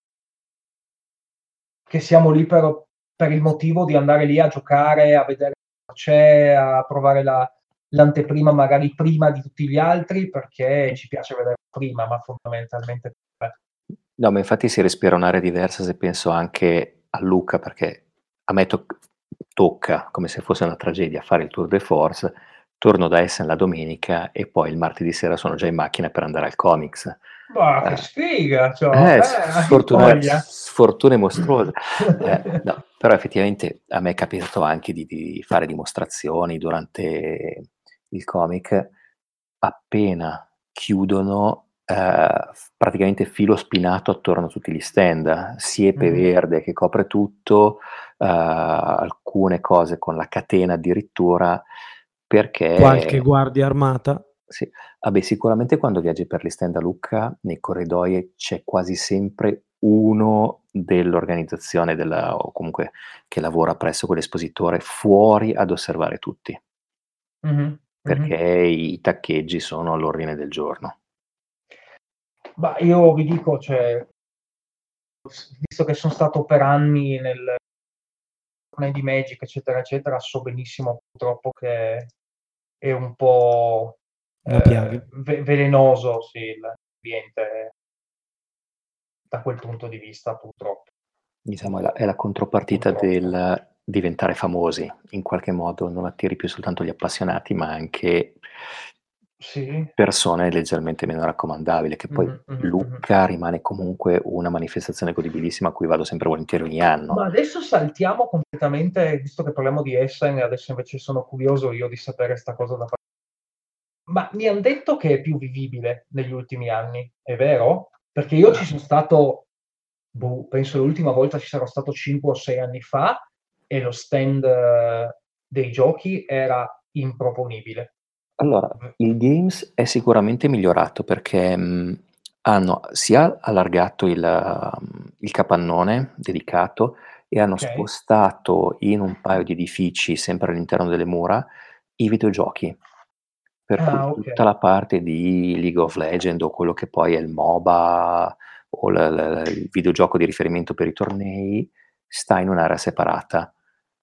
che siamo lì per il motivo di andare lì a giocare, a vedere cosa c'è, a provare l'anteprima magari prima di tutti gli altri, perché ci piace vedere prima, ma fondamentalmente... No, ma infatti si respira un'area diversa se penso anche a Lucca, perché a me tocca, come se fosse una tragedia, fare il Tour de Force, torno da Essen la domenica e poi il martedì sera sono già in macchina per andare al Comics. Ma che sfiga! Sfortune mostruose. No, però effettivamente a me è capitato anche di fare dimostrazioni durante il comic. Appena chiudono, praticamente filo spinato attorno a tutti gli stand, siepe verde che copre tutto, alcune cose con la catena addirittura, perché... Qualche guardia armata? Sì. Sicuramente quando viaggi per gli stand a Lucca, nei corridoi c'è quasi sempre uno dell'organizzazione o comunque che lavora presso quell'espositore fuori ad osservare tutti. Perché i taccheggi sono all'ordine del giorno. Ma io vi dico, cioè, visto che sono stato per anni nel di Magic, eccetera, eccetera, so benissimo purtroppo che è un po' velenoso, sì, l'ambiente da quel punto di vista, purtroppo. Diciamo, è la contropartita del diventare famosi, in qualche modo non attiri più soltanto gli appassionati, ma anche persone leggermente meno raccomandabili, che poi Lucca rimane comunque una manifestazione godibilissima a cui vado sempre volentieri ogni anno. Ma adesso saltiamo completamente, visto che parliamo di Essen, e adesso invece sono curioso io di sapere sta cosa da fare. Ma mi hanno detto che è più vivibile negli ultimi anni, è vero? Perché io ci sono stato, penso l'ultima volta ci sarò stato 5 o 6 anni fa, e lo stand dei giochi era improponibile. Allora, il Games è sicuramente migliorato perché hanno sia allargato il capannone dedicato e hanno spostato in un paio di edifici, sempre all'interno delle mura, i videogiochi. Per cui tutta la parte di League of Legends o quello che poi è il MOBA o il videogioco di riferimento per i tornei sta in un'area separata.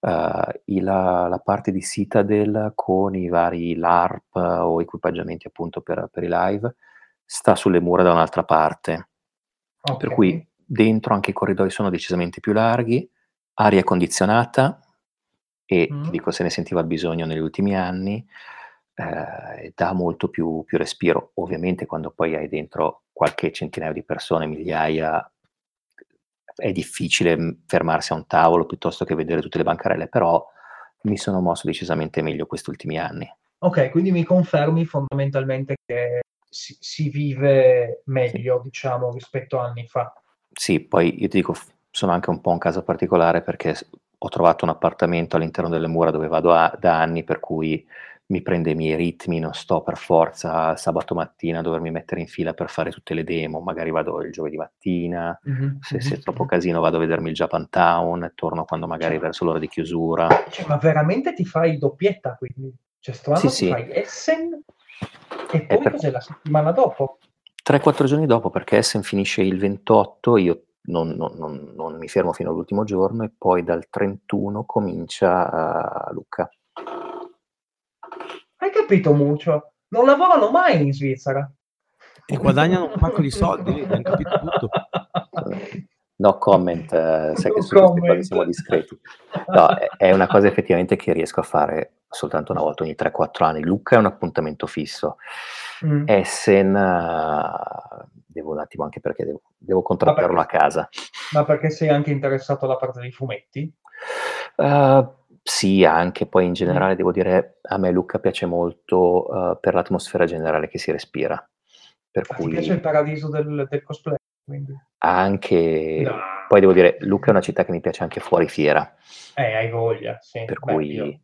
La parte di Citadel con i vari LARP o equipaggiamenti appunto per i live sta sulle mura da un'altra parte, per cui dentro anche i corridoi sono decisamente più larghi, aria condizionata e ti dico, se ne sentiva il bisogno negli ultimi anni, dà molto più respiro. Ovviamente quando poi hai dentro qualche centinaio di persone, migliaia, è difficile fermarsi a un tavolo piuttosto che vedere tutte le bancarelle, però mi sono mosso decisamente meglio questi ultimi anni. Ok, quindi mi confermi fondamentalmente che si vive meglio, diciamo, rispetto a anni fa. Sì, poi io ti dico, sono anche un po' un caso particolare perché ho trovato un appartamento all'interno delle mura dove vado da anni, per cui mi prende i miei ritmi, non sto per forza sabato mattina a dovermi mettere in fila per fare tutte le demo, magari vado il giovedì mattina, se è troppo casino vado a vedermi il Japantown e torno quando magari verso l'ora di chiusura. Ma veramente ti fai doppietta, quindi? Cioè sto anno ti fai Essen e poi cos'è la settimana dopo? 3-4 giorni dopo, perché Essen finisce il 28, io non mi fermo fino all'ultimo giorno e poi dal 31 comincia Lucca. Hai capito, Muccio? Non lavorano mai in Svizzera. E guadagnano un pacco di soldi, vedi, hanno capito tutto. No comment, sai che No su queste cose comment. siamo discreti. No, è una cosa effettivamente che riesco a fare soltanto una volta ogni 3-4 anni. Lucca è un appuntamento fisso. Essen, devo un attimo, anche perché devo contrattarlo a casa. Ma perché sei anche interessato alla parte dei fumetti? Sì, anche poi in generale devo dire, a me Lucca piace molto per l'atmosfera generale che si respira. Per cui ti piace il paradiso del cosplay? Quindi. Anche, no. Poi devo dire, Lucca è una città che mi piace anche fuori fiera. Hai voglia, sì. Per cui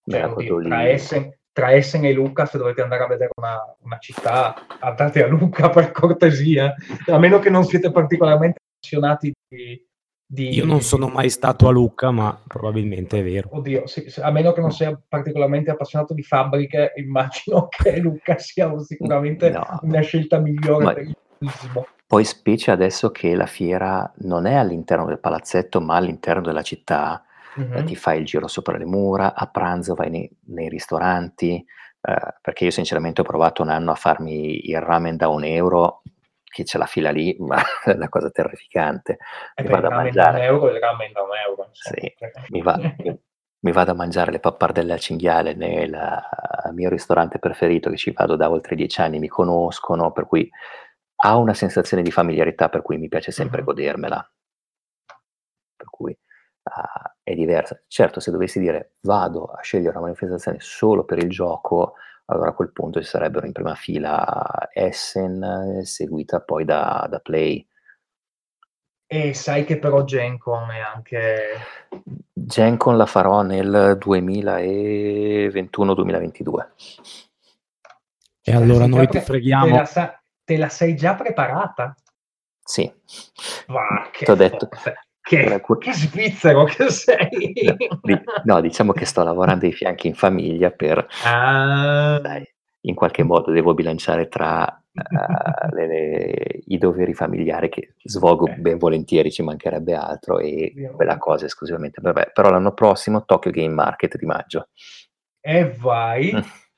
tra Essen e Lucca, se dovete andare a vedere una città, andate a Lucca per cortesia, a meno che non siete particolarmente appassionati di... Io non sono mai stato a Lucca, ma probabilmente è vero. Oddio, a meno che non sia particolarmente appassionato di fabbriche, immagino che Lucca sia sicuramente una scelta migliore per il turismo. Poi specie adesso che la fiera non è all'interno del palazzetto, ma all'interno della città, ti fai il giro sopra le mura, a pranzo vai nei ristoranti, perché io sinceramente ho provato un anno a farmi il ramen da €1, che c'è la fila lì, ma è una cosa terrificante. Mi vado a mangiare il ramen da €1. Sì, mi vado a mangiare le pappardelle al cinghiale nel mio ristorante preferito, che ci vado da oltre 10 anni, mi conoscono, per cui ha una sensazione di familiarità, per cui mi piace sempre godermela. Per cui è diversa. Certo, se dovessi dire vado a scegliere una manifestazione solo per il gioco, allora a quel punto ci sarebbero in prima fila Essen, seguita poi da Play. E sai che però Gen Con è anche... Gen Con la farò nel 2021-2022. E allora noi ti freghiamo. Te la sei già preparata? Sì. Va, che t'ho detto. Che svizzero che sei! No, diciamo che sto lavorando ai fianchi in famiglia per... Dai, in qualche modo devo bilanciare tra i doveri familiari che svolgo ben volentieri, ci mancherebbe altro, e quella cosa esclusivamente per me. Però l'anno prossimo Tokyo Game Market di maggio. E vai.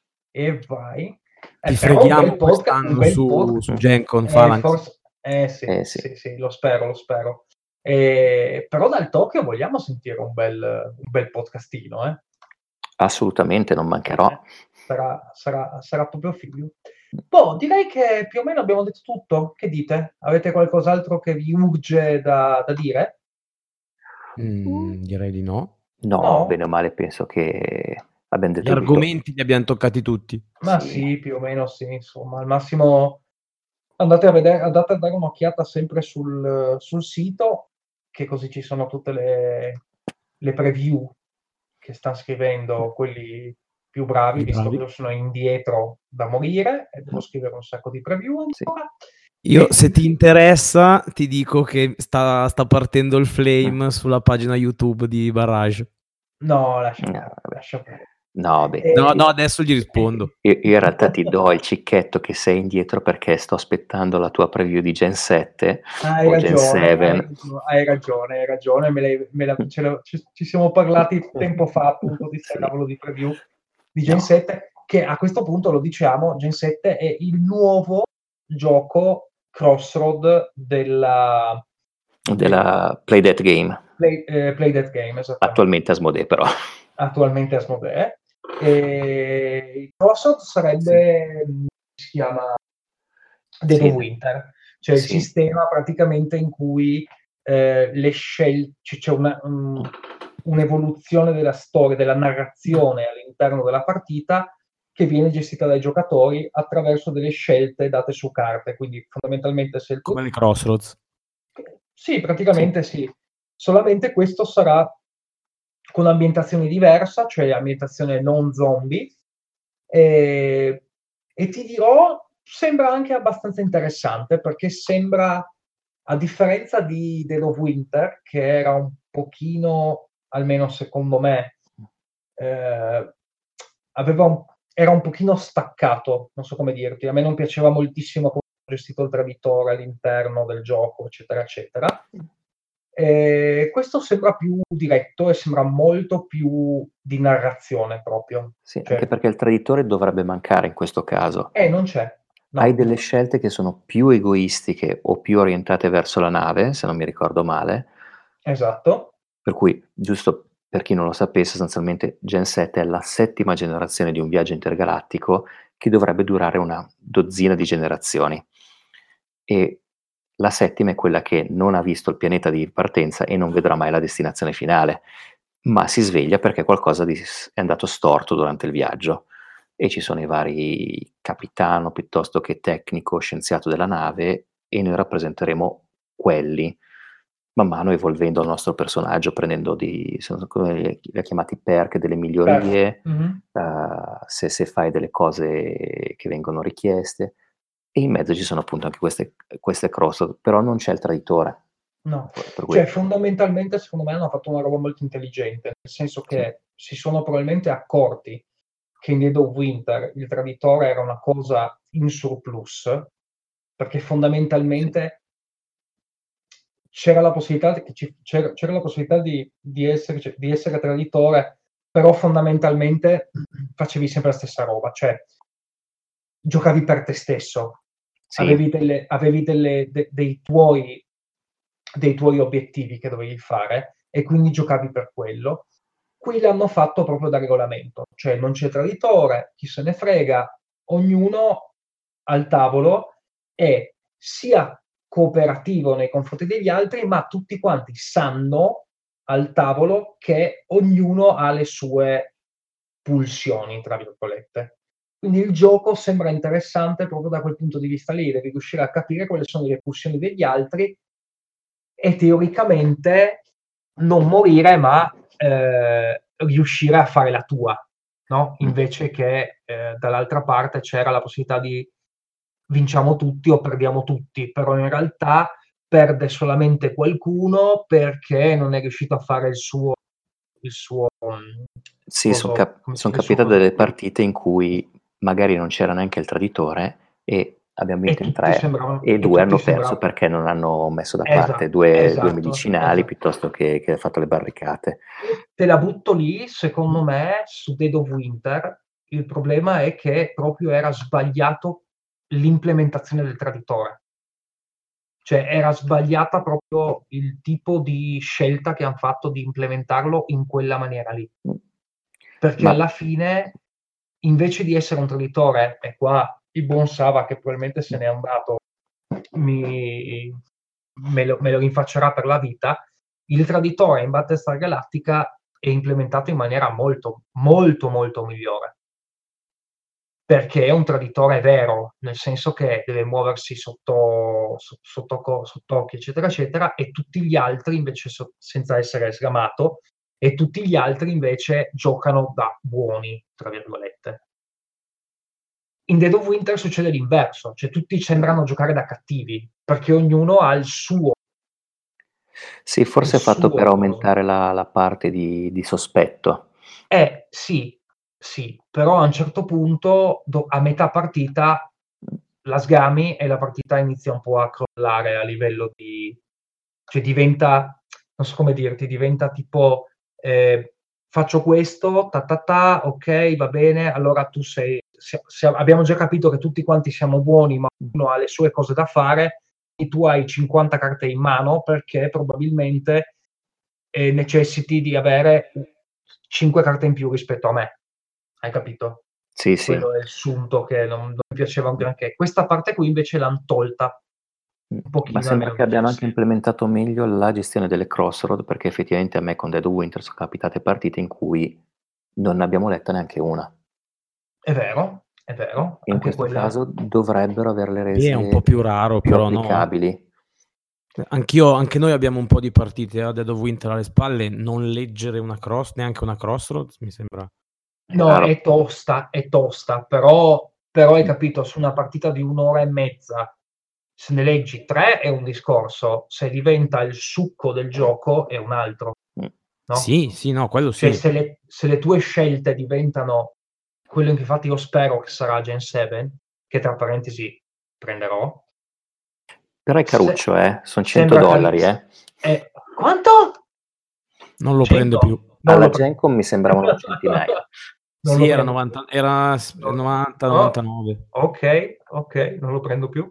Ti freghiamo quest'anno su Gen Con Phalanx. Sì, lo spero. Però dal Tokyo vogliamo sentire un bel podcastino, Assolutamente, non mancherò. Sarà proprio figlio. Direi che più o meno abbiamo detto tutto. Che dite? Avete qualcos'altro che vi urge da dire? Direi di no. No, bene o male penso che abbiamo detto gli argomenti li abbiamo toccati tutti. Ma sì, più o meno sì, insomma, al massimo andate a dare un'occhiata sempre sul sito, che così ci sono tutte le preview che stanno scrivendo quelli più bravi, visto che sono indietro da morire e devo scrivere un sacco di preview ancora. Io, se ti interessa, ti dico che sta partendo il flame sulla pagina YouTube di Barrage. No, lascia perdere. No, adesso gli rispondo. Io in realtà ti do il cicchetto che sei indietro, perché sto aspettando la tua preview di Gen 7 o Gen 7. Hai ragione. Ci siamo parlati tempo fa, appunto, di questa cavolo di preview di Gen 7, che a questo punto, lo diciamo, Gen 7 è il nuovo gioco Crossroad della Play That Game. Play That Game, esattamente. Attualmente Asmodee, però. Attualmente Asmodee. E il Crossroad sarebbe, si chiama Dead of Winter, cioè il sistema praticamente in cui le scelte, c'è un'evoluzione della storia, della narrazione all'interno della partita, che viene gestita dai giocatori attraverso delle scelte date su carte, quindi fondamentalmente se come le Crossroads. Sì, praticamente sì. Solamente questo sarà con ambientazione diversa, cioè ambientazione non zombie, e ti dirò, sembra anche abbastanza interessante, perché sembra, a differenza di Dead of Winter, che era un pochino, almeno secondo me, era un pochino staccato, non so come dirti, a me non piaceva moltissimo come gestito il traditore all'interno del gioco, eccetera, eccetera. E questo sembra più diretto e sembra molto più di narrazione proprio. Sì, Cioè, anche perché il traditore dovrebbe mancare in questo caso. Non c'è. No. Hai delle scelte che sono più egoistiche o più orientate verso la nave, se non mi ricordo male. Esatto. Per cui, giusto per chi non lo sapesse, sostanzialmente Gen 7 è la 7ª generazione di un viaggio intergalattico che dovrebbe durare una dozzina di generazioni. E la 7ª è quella che non ha visto il pianeta di partenza e non vedrà mai la destinazione finale, ma si sveglia perché qualcosa è andato storto durante il viaggio. E ci sono i vari capitano piuttosto che tecnico, scienziato della nave, e noi rappresenteremo quelli, man mano evolvendo il nostro personaggio, prendendo come li ha chiamati perk, delle migliorie, se fai delle cose che vengono richieste, e in mezzo ci sono appunto anche queste cross, però non c'è il traditore. No, cioè fondamentalmente secondo me hanno fatto una roba molto intelligente, nel senso che si sono probabilmente accorti che in Dead of Winter il traditore era una cosa in surplus, perché fondamentalmente c'era la possibilità di essere traditore, però fondamentalmente facevi sempre la stessa roba, cioè giocavi per te stesso, avevi dei tuoi obiettivi che dovevi fare e quindi giocavi per quello. Qui l'hanno fatto proprio da regolamento, cioè non c'è traditore, chi se ne frega, ognuno al tavolo è sia cooperativo nei confronti degli altri, ma tutti quanti sanno al tavolo che ognuno ha le sue pulsioni, tra virgolette. Quindi il gioco sembra interessante proprio da quel punto di vista lì, devi riuscire a capire quali sono le pulsioni degli altri e teoricamente non morire, ma riuscire a fare la tua, no? Invece che dall'altra parte c'era la possibilità di vinciamo tutti o perdiamo tutti, però in realtà perde solamente qualcuno perché non è riuscito a fare il suo sì, sono capitate delle partite in cui magari non c'era neanche il traditore e abbiamo vinto in 3 e 2 hanno perso perché non hanno messo da parte due medicinali piuttosto che ha fatto le barricate. Te la butto lì, secondo me, su Dead of Winter il problema è che proprio era sbagliato l'implementazione del traditore. Cioè era sbagliata proprio il tipo di scelta che hanno fatto di implementarlo in quella maniera lì. Perché alla fine, invece di essere un traditore, e qua il buon Sava, che probabilmente se n'è andato, me lo rinfaccerà per la vita, il traditore in Battlestar Galactica è implementato in maniera molto, molto, molto migliore. Perché è un traditore vero, nel senso che deve muoversi sotto occhio, eccetera, eccetera, e tutti gli altri invece, senza essere sgamato, e tutti gli altri invece giocano da buoni, tra virgolette. In Dead of Winter succede l'inverso, cioè tutti sembrano giocare da cattivi, perché ognuno ha il suo. Sì, forse è fatto per aumentare la parte di sospetto. Sì, però a un certo punto, a metà partita, la sgami e la partita inizia un po' a crollare a livello di... cioè diventa, non so come dirti, diventa tipo faccio questo, ok, va bene, allora tu abbiamo già capito che tutti quanti siamo buoni, ma uno ha le sue cose da fare e tu hai 50 carte in mano perché probabilmente necessiti di avere 5 carte in più rispetto a me. Hai capito? Sì, Quello è il sunto che non mi piaceva un granché. Questa parte qui invece l'hanno tolta un pochino. Ma sembra che abbiano anche implementato meglio la gestione delle crossroad, perché effettivamente a me con Dead of Winter sono capitate partite in cui non ne abbiamo letta neanche una. È vero. In questo caso dovrebbero averle rese è un po' più raro, però applicabili. No. Anche noi abbiamo un po' di partite a Dead of Winter alle spalle, non leggere neanche una crossroad, mi sembra. No, è tosta, però hai capito, su una partita di 1 ora e mezza, se ne leggi 3 è un discorso, se diventa il succo del gioco è un altro. No? Sì, no, quello cioè, sì. se le tue scelte diventano quello che infatti io spero che sarà Gen 7, che tra parentesi prenderò, Però è caruccio, sono sembra $100, quanto? Non lo 100? prendo più. Non Alla lo Gen Con mi sembravano un centinaio. Non Sì, lo era prendo 90, era Non- 90, oh, 99. ok, non lo prendo più.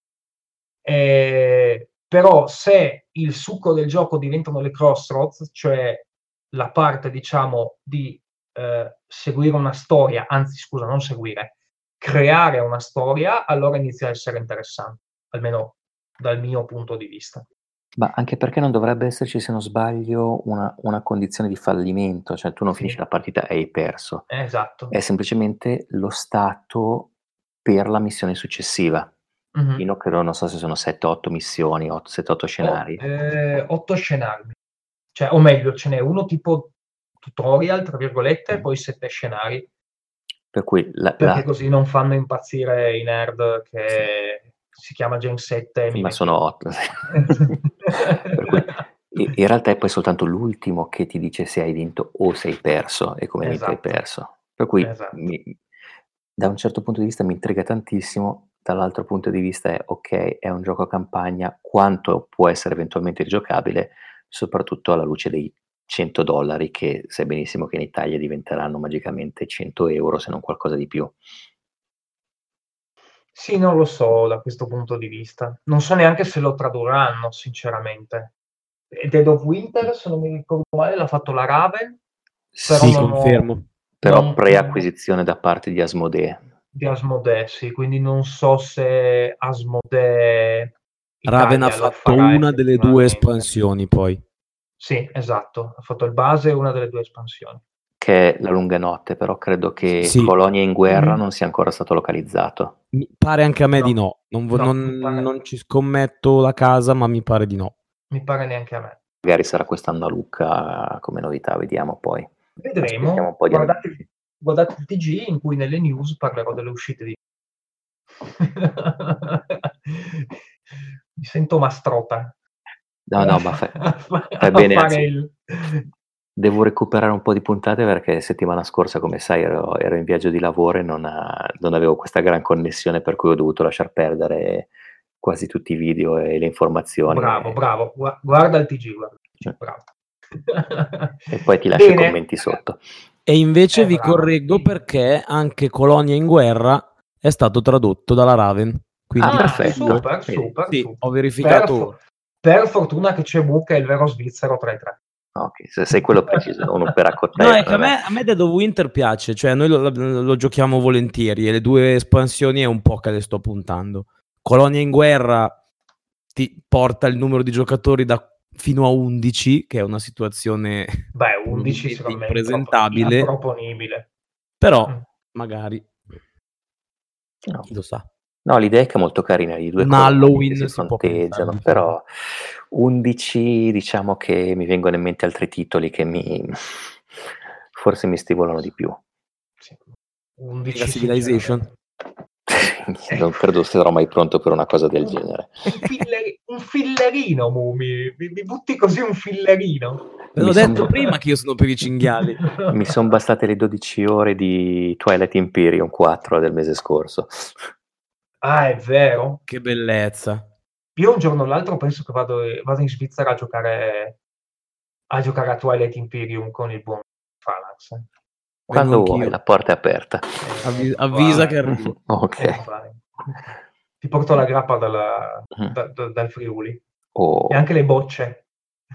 Però se il succo del gioco diventano le crossroads, cioè la parte, diciamo, di seguire una storia, anzi scusa, non seguire, creare una storia, allora inizia a essere interessante, almeno dal mio punto di vista. Ma anche perché non dovrebbe esserci, se non sbaglio, una condizione di fallimento, cioè tu non finisci la partita e hai perso. Esatto. È semplicemente lo stato per la missione successiva. Io credo, non so se sono 7-8 missioni, 7-8 scenari. 8 scenari. Cioè, o meglio, ce n'è uno tipo tutorial, tra virgolette, e poi 7 scenari. Per cui Perché così non fanno impazzire i nerd che si chiama Gen 7 ma sono 8. Per cui in realtà è poi soltanto l'ultimo che ti dice se hai vinto o se hai perso e come vinto hai perso. Per cui da un certo punto di vista mi intriga tantissimo, dall'altro punto di vista è ok, è un gioco a campagna, quanto può essere eventualmente rigiocabile, soprattutto alla luce dei $100 che sai benissimo che in Italia diventeranno magicamente €100 se non qualcosa di più. Sì, non lo so da questo punto di vista. Non so neanche se lo tradurranno, sinceramente. Dead of Winter, se non mi ricordo male, l'ha fatto la Raven. Però Sì, confermo. Però preacquisizione da parte di Asmodee. Di Asmodee, sì, quindi non so se Asmodee Raven ha fatto una delle 2 espansioni poi. Sì, esatto, ha fatto il base e una delle 2 espansioni. Che è La lunga notte, però credo che Sì. Colonia in guerra non sia ancora stato localizzato. Mi pare anche a me di no. Non ci scommetto la casa, ma mi pare di no. Mi pare neanche a me. Magari sarà quest'anno a Lucca come novità, vediamo poi. Vedremo. Un po' Guardate il TG in cui nelle news parlerò delle uscite di... Mi sento mastrota. No, ma fai bene, anzi, devo recuperare un po' di puntate perché settimana scorsa, come sai, ero in viaggio di lavoro e non avevo questa gran connessione, per cui ho dovuto lasciar perdere quasi tutti i video e le informazioni. Bravo, guarda il TG, bravo. E poi ti lascio i commenti sotto. E invece vi correggo perché anche Colonia in guerra è stato tradotto dalla Raven. Quindi perfetto. Super. Sì, ho verificato. Per fortuna che c'è Mucca, il vero svizzero tra i tre. Ok, se sei quello preciso, uno per accottare. No, è che a me Dead of Winter piace, cioè noi lo giochiamo volentieri e le 2 espansioni è un po' che le sto puntando. Colonia in guerra ti porta il numero di giocatori fino a 11, che è una situazione 11 impresentabile, improponibile. però magari chi lo sa. No, l'idea è che è molto carina, i 2 Halloween si fronteggiano, però 11 diciamo che mi vengono in mente altri titoli che forse mi stimolano di più. 11 Civilization? Non credo sarò mai pronto per una cosa del genere. Un fillerino, mi butti così un fillerino. L'ho detto prima che io sono per i cinghiali. Mi sono bastate le 12 ore di Twilight Imperium 4 del mese scorso. Ah, è vero? Che bellezza. Io un giorno o l'altro penso che vado in Svizzera a giocare a Twilight Imperium con il buon Phalanx. Quando vuoi, la porta è aperta. Avvisa che arrivo. Ok. Ti porto la grappa dal Friuli. E anche le bocce.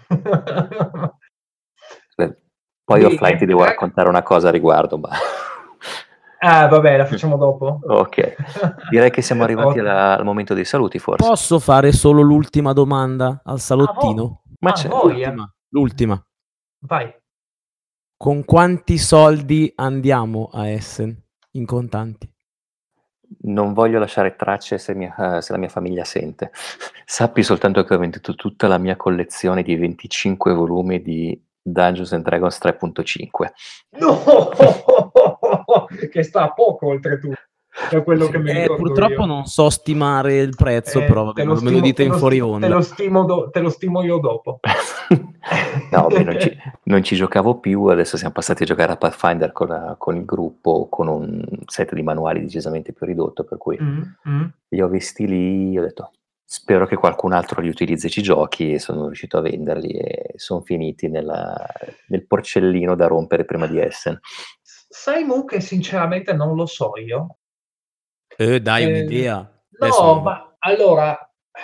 Poi offline ti devo raccontare una cosa a riguardo, ma... vabbè, la facciamo dopo? Ok, direi che siamo arrivati al momento dei saluti, forse. Posso fare solo l'ultima domanda al salottino? Ma c'è l'ultima. Vai. Con quanti soldi andiamo a Essen in contanti? Non voglio lasciare tracce se la mia famiglia sente. Sappi soltanto che ho venduto tutta la mia collezione di 25 volumi di Dungeons and Dragons 3.5. No! Che sta a poco oltretutto. Da quello che mi ricordo purtroppo io. Non so stimare il prezzo, però vabbè, me lo dite in fuori onda. Te lo stimo io dopo. No, beh, non ci giocavo più, adesso siamo passati a giocare a Pathfinder con il gruppo, con un set di manuali decisamente più ridotto, per cui li ho visti lì, ho detto Spero che qualcun altro li utilizzi, ci giochi, e sono riuscito a venderli e sono finiti nel porcellino da rompere prima di Essen. Sai Mu che sinceramente non lo so io. Dai un'idea. No, ma allora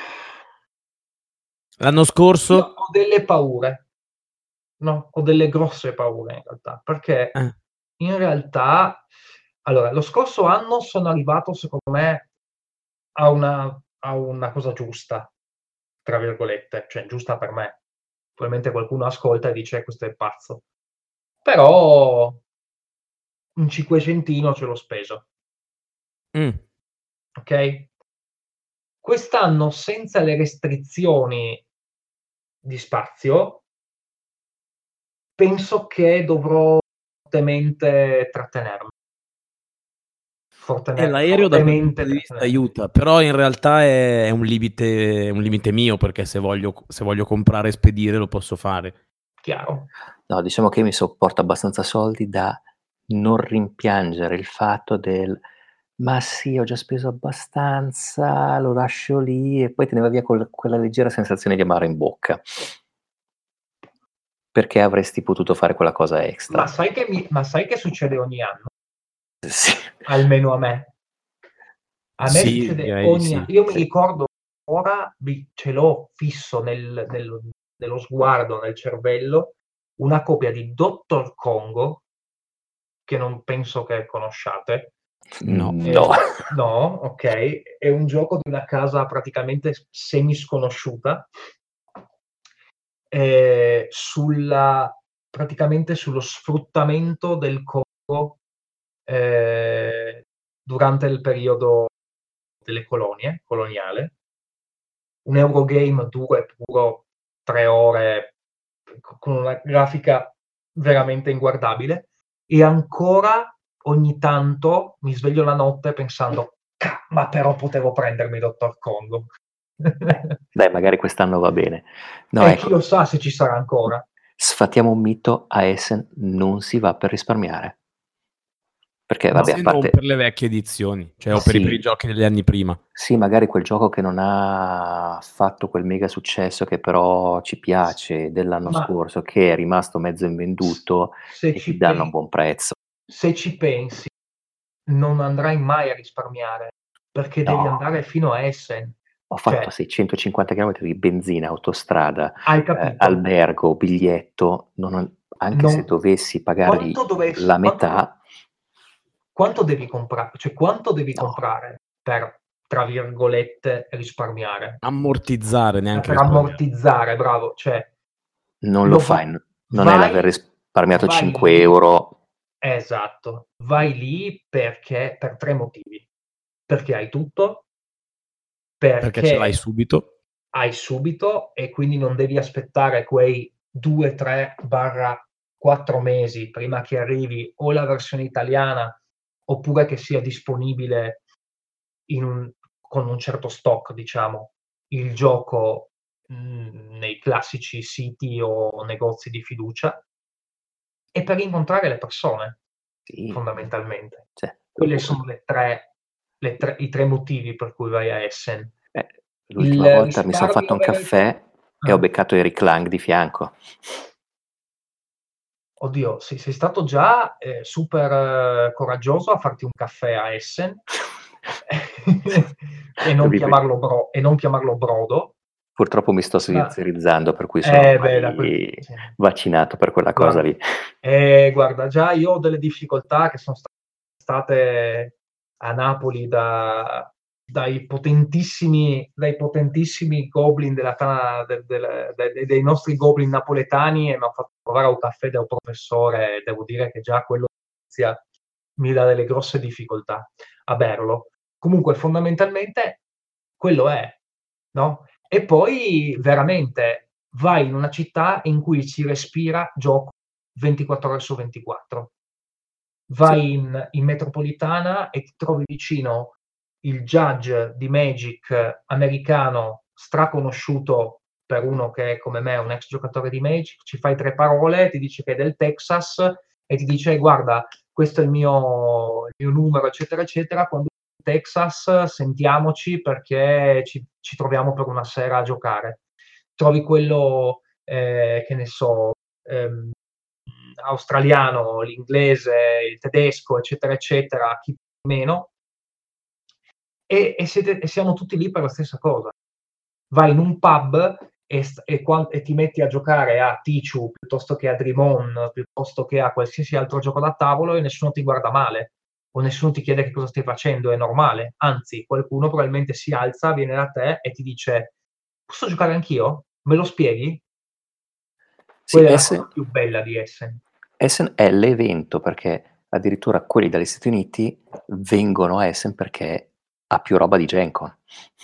l'anno scorso io ho delle paure. No, ho delle grosse paure in realtà, perché in realtà allora lo scorso anno sono arrivato secondo me a una cosa giusta, tra virgolette, cioè giusta per me. Probabilmente qualcuno ascolta e dice questo è pazzo. Però un cinquecentino ce l'ho speso. Ok? Quest'anno senza le restrizioni di spazio penso che dovrò fortemente trattenermi. L'aereo da quel punto di vista aiuta, però in realtà è un limite mio, perché se voglio comprare e spedire lo posso fare. Chiaro. No, diciamo che mi sopporto abbastanza soldi da non rimpiangere il fatto ma sì, ho già speso abbastanza, lo lascio lì, e poi te ne va via quella leggera sensazione di amaro in bocca. Perché avresti potuto fare quella cosa extra. Ma sai che succede ogni anno? Sì. Almeno a me. A me Sì, succede ogni anno. Io mi ricordo ora, ce l'ho fisso nello sguardo, nel cervello, una copia di Dr. Congo, che non penso che conosciate. No. No, ok. È un gioco di una casa praticamente semisconosciuta, praticamente sullo sfruttamento del Congo durante il periodo delle coloniale. Un Eurogame duro e puro, 3 ore, con una grafica veramente inguardabile, e ancora ogni tanto mi sveglio la notte pensando ma però potevo prendermi Dr. Congo. Dai, magari quest'anno va bene. No, ecco, chi lo sa se ci sarà ancora. Sfatiamo un mito: a Essen non si va per risparmiare. Perché vabbè, a parte non per le vecchie edizioni, cioè o per i giochi degli anni prima. Sì, magari quel gioco che non ha fatto quel mega successo che però ci piace, dell'anno scorso, che è rimasto mezzo invenduto e ti danno un buon prezzo. Se ci pensi, non andrai mai a risparmiare, perché devi andare fino a Essen. Ho fatto 650 km di benzina, autostrada, albergo, biglietto, se dovessi pagargli la metà. Quanto devi comprare? Cioè, quanto devi comprare per, tra virgolette, risparmiare? Ammortizzare, neanche per ammortizzare, bravo. Cioè, non lo fai, non è l'aver risparmiato 5 euro. Esatto, vai lì perché per 3 motivi. Perché hai tutto, perché ce l'hai subito. Hai subito, e quindi non devi aspettare quei 2, 3/4 mesi prima che arrivi o la versione italiana oppure che sia disponibile con un certo stock, diciamo, il gioco nei classici siti o negozi di fiducia, e per incontrare le persone, fondamentalmente. Quelle sono i 3 motivi per cui vai a Essen. L'ultima volta mi sono fatto un caffè e ho beccato Eric Lang di fianco. Oddio, sei stato già super coraggioso a farti un caffè a Essen e non chiamarlo brodo. Purtroppo mi sto svizzerizzando, per cui sono vaccinato per quella cosa lì. Guarda, già io ho delle difficoltà che sono state a Napoli dai potentissimi goblin dei nostri goblin napoletani, e mi hanno fatto provare un caffè da un professore, e devo dire che già quello mi dà delle grosse difficoltà a berlo. Comunque fondamentalmente quello è, no? E poi veramente vai in una città in cui si respira gioco 24 ore su 24. Vai in metropolitana e ti trovi vicino il judge di Magic americano, straconosciuto per uno che è come me un ex giocatore di Magic, ci fai 3 parole, ti dice che è del Texas e ti dice guarda, questo è il mio numero, eccetera eccetera, quando Texas, sentiamoci perché ci troviamo per una sera a giocare. Trovi quello, che ne so, australiano, l'inglese, il tedesco, eccetera, eccetera, chi meno, e siamo tutti lì per la stessa cosa. Vai in un pub e ti metti a giocare a Tichu piuttosto che a Dream On, piuttosto che a qualsiasi altro gioco da tavolo, e nessuno ti guarda male o nessuno ti chiede che cosa stai facendo, è normale. Anzi, qualcuno probabilmente si alza, viene da te e ti dice: posso giocare anch'io? Me lo spieghi? Sì, Quella è la cosa più bella di Essen. Essen è l'evento, perché addirittura quelli dagli Stati Uniti vengono a Essen perché ha più roba di Gen Con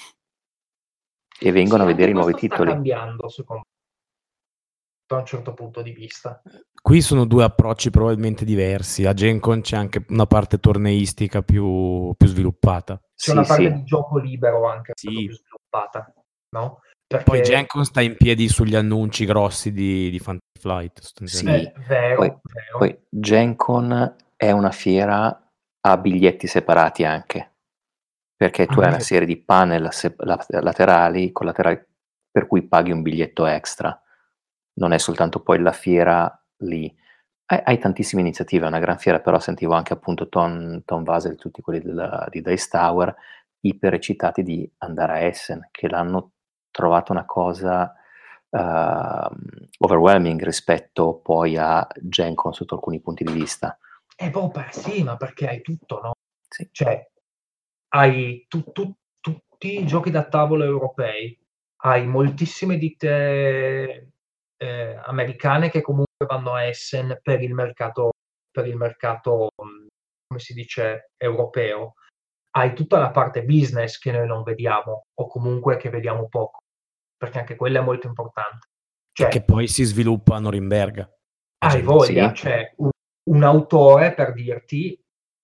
e vengono a vedere i nuovi titoli. Sta cambiando, secondo me, da un certo punto di vista. Qui sono due approcci probabilmente diversi. A Gen Con c'è anche una parte torneistica più sviluppata. C'è una parte di gioco libero anche più sviluppata, no? Perché... Poi Gen Con sta in piedi sugli annunci grossi di Fantasy Flight. Sì, vero. Poi Gen Con è una fiera a biglietti separati anche, perché tu hai una serie di panel collaterali per cui paghi un biglietto extra. Non è soltanto poi la fiera lì. Hai tantissime iniziative, è una gran fiera, però sentivo anche appunto Tom Vasel e tutti quelli di Dice Tower iper eccitati di andare a Essen, che l'hanno trovato una cosa overwhelming rispetto poi a Gen Con sotto alcuni punti di vista. Sì, ma perché hai tutto, no? Sì. Cioè, hai tutti i giochi da tavolo europei, hai moltissime ditte americane che comunque vanno a Essen per il mercato, come si dice, europeo. Hai tutta la parte business che noi non vediamo, o comunque che vediamo poco, perché anche quella è molto importante. Cioè, che poi si sviluppa a Norimberga. Hai voglia, cioè un autore, per dirti,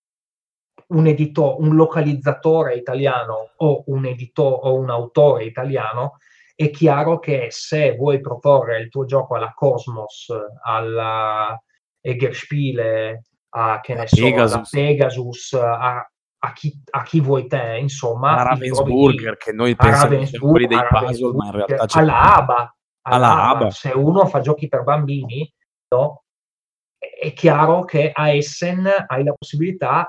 un localizzatore italiano o un autore italiano, è chiaro che se vuoi proporre il tuo gioco alla Cosmos, alla Eggerspiele, alla Pegasus, a chi vuoi te, insomma, a Ravensburger, che noi pensiamo siano quelli dei puzzle, ma in realtà c'è alla ABA. Se uno fa giochi per bambini, no? È chiaro che a Essen hai la possibilità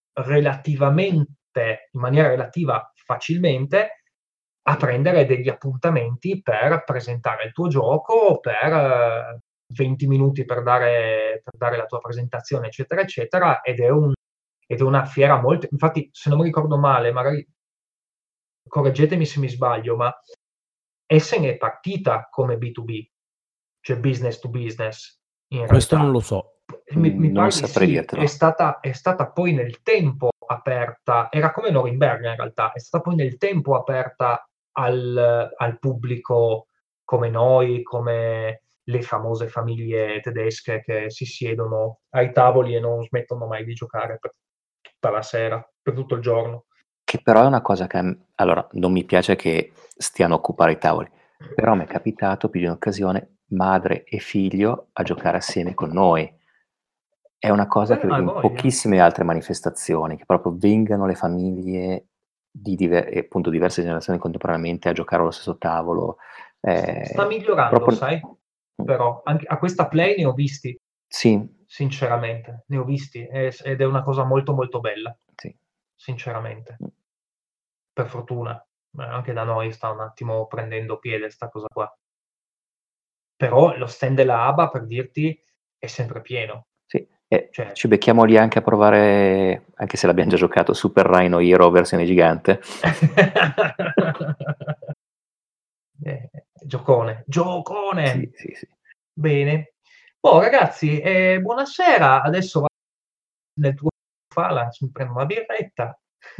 in maniera relativa facilmente, a prendere degli appuntamenti per presentare il tuo gioco, per 20 minuti per dare la tua presentazione, eccetera, eccetera, ed è una fiera molto... Infatti, se non mi ricordo male, magari correggetemi se mi sbaglio, ma Essen è partita come B2B, cioè business to business. Questo non lo so. Mi non saprei dirtelo. È stata poi nel tempo aperta, era come Norimberga in realtà, è stata poi nel tempo aperta al pubblico come noi, come le famose famiglie tedesche che si siedono ai tavoli e non smettono mai di giocare per tutta la sera, per tutto il giorno. Che però è una cosa che allora non mi piace che stiano a occupare i tavoli, però mi è capitato più di un'occasione madre e figlio a giocare assieme con noi. È una cosa che vedo in pochissime altre manifestazioni, che proprio vengano le famiglie di appunto diverse generazioni contemporaneamente a giocare allo stesso tavolo. Sta migliorando, sai? Però anche a questa Play ne ho visti. Sì. Sinceramente, ne ho visti ed è una cosa molto molto bella. Sì. Sinceramente. Per fortuna. Anche da noi sta un attimo prendendo piede sta cosa qua. Però lo stand della ABA, per dirti, è sempre pieno. Sì, ci becchiamo lì anche a provare, anche se l'abbiamo già giocato, Super Rhino Hero versione gigante. Giocone! Sì. Bene. Ragazzi, buonasera. Adesso vado nel tuo Phalanx, mi prendo una birretta.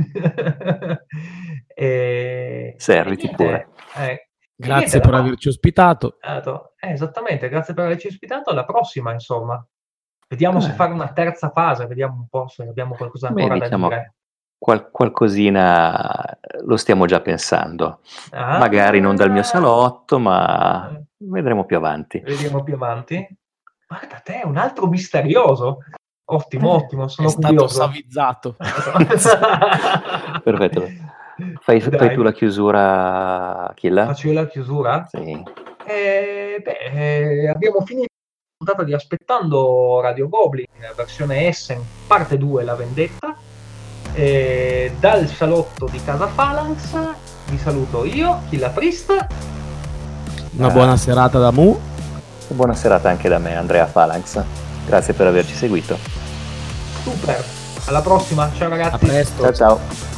Serviti pure. Grazie per averci ospitato. Esattamente, grazie per averci ospitato. Alla prossima, insomma. Vediamo se fare una terza fase, vediamo un po' se abbiamo qualcosa ancora da dire. Qualcosina lo stiamo già pensando. Magari non dal mio salotto, ma vedremo più avanti. Guarda te, un altro misterioso. Ottimo, sono stato curioso. savizzato. Perfetto. Fai tu la chiusura, Killa? Faccio io la chiusura? Sì. Abbiamo finito la puntata di Aspettando Radio Goblin, versione Essen, parte 2, la vendetta. Dal salotto di Casa Phalanx vi saluto io, Killa Priest. Una buona serata da Mu. Buona serata anche da me, Andrea Phalanx. Grazie per averci seguito. Super, alla prossima, ciao ragazzi. A presto. Ciao ciao.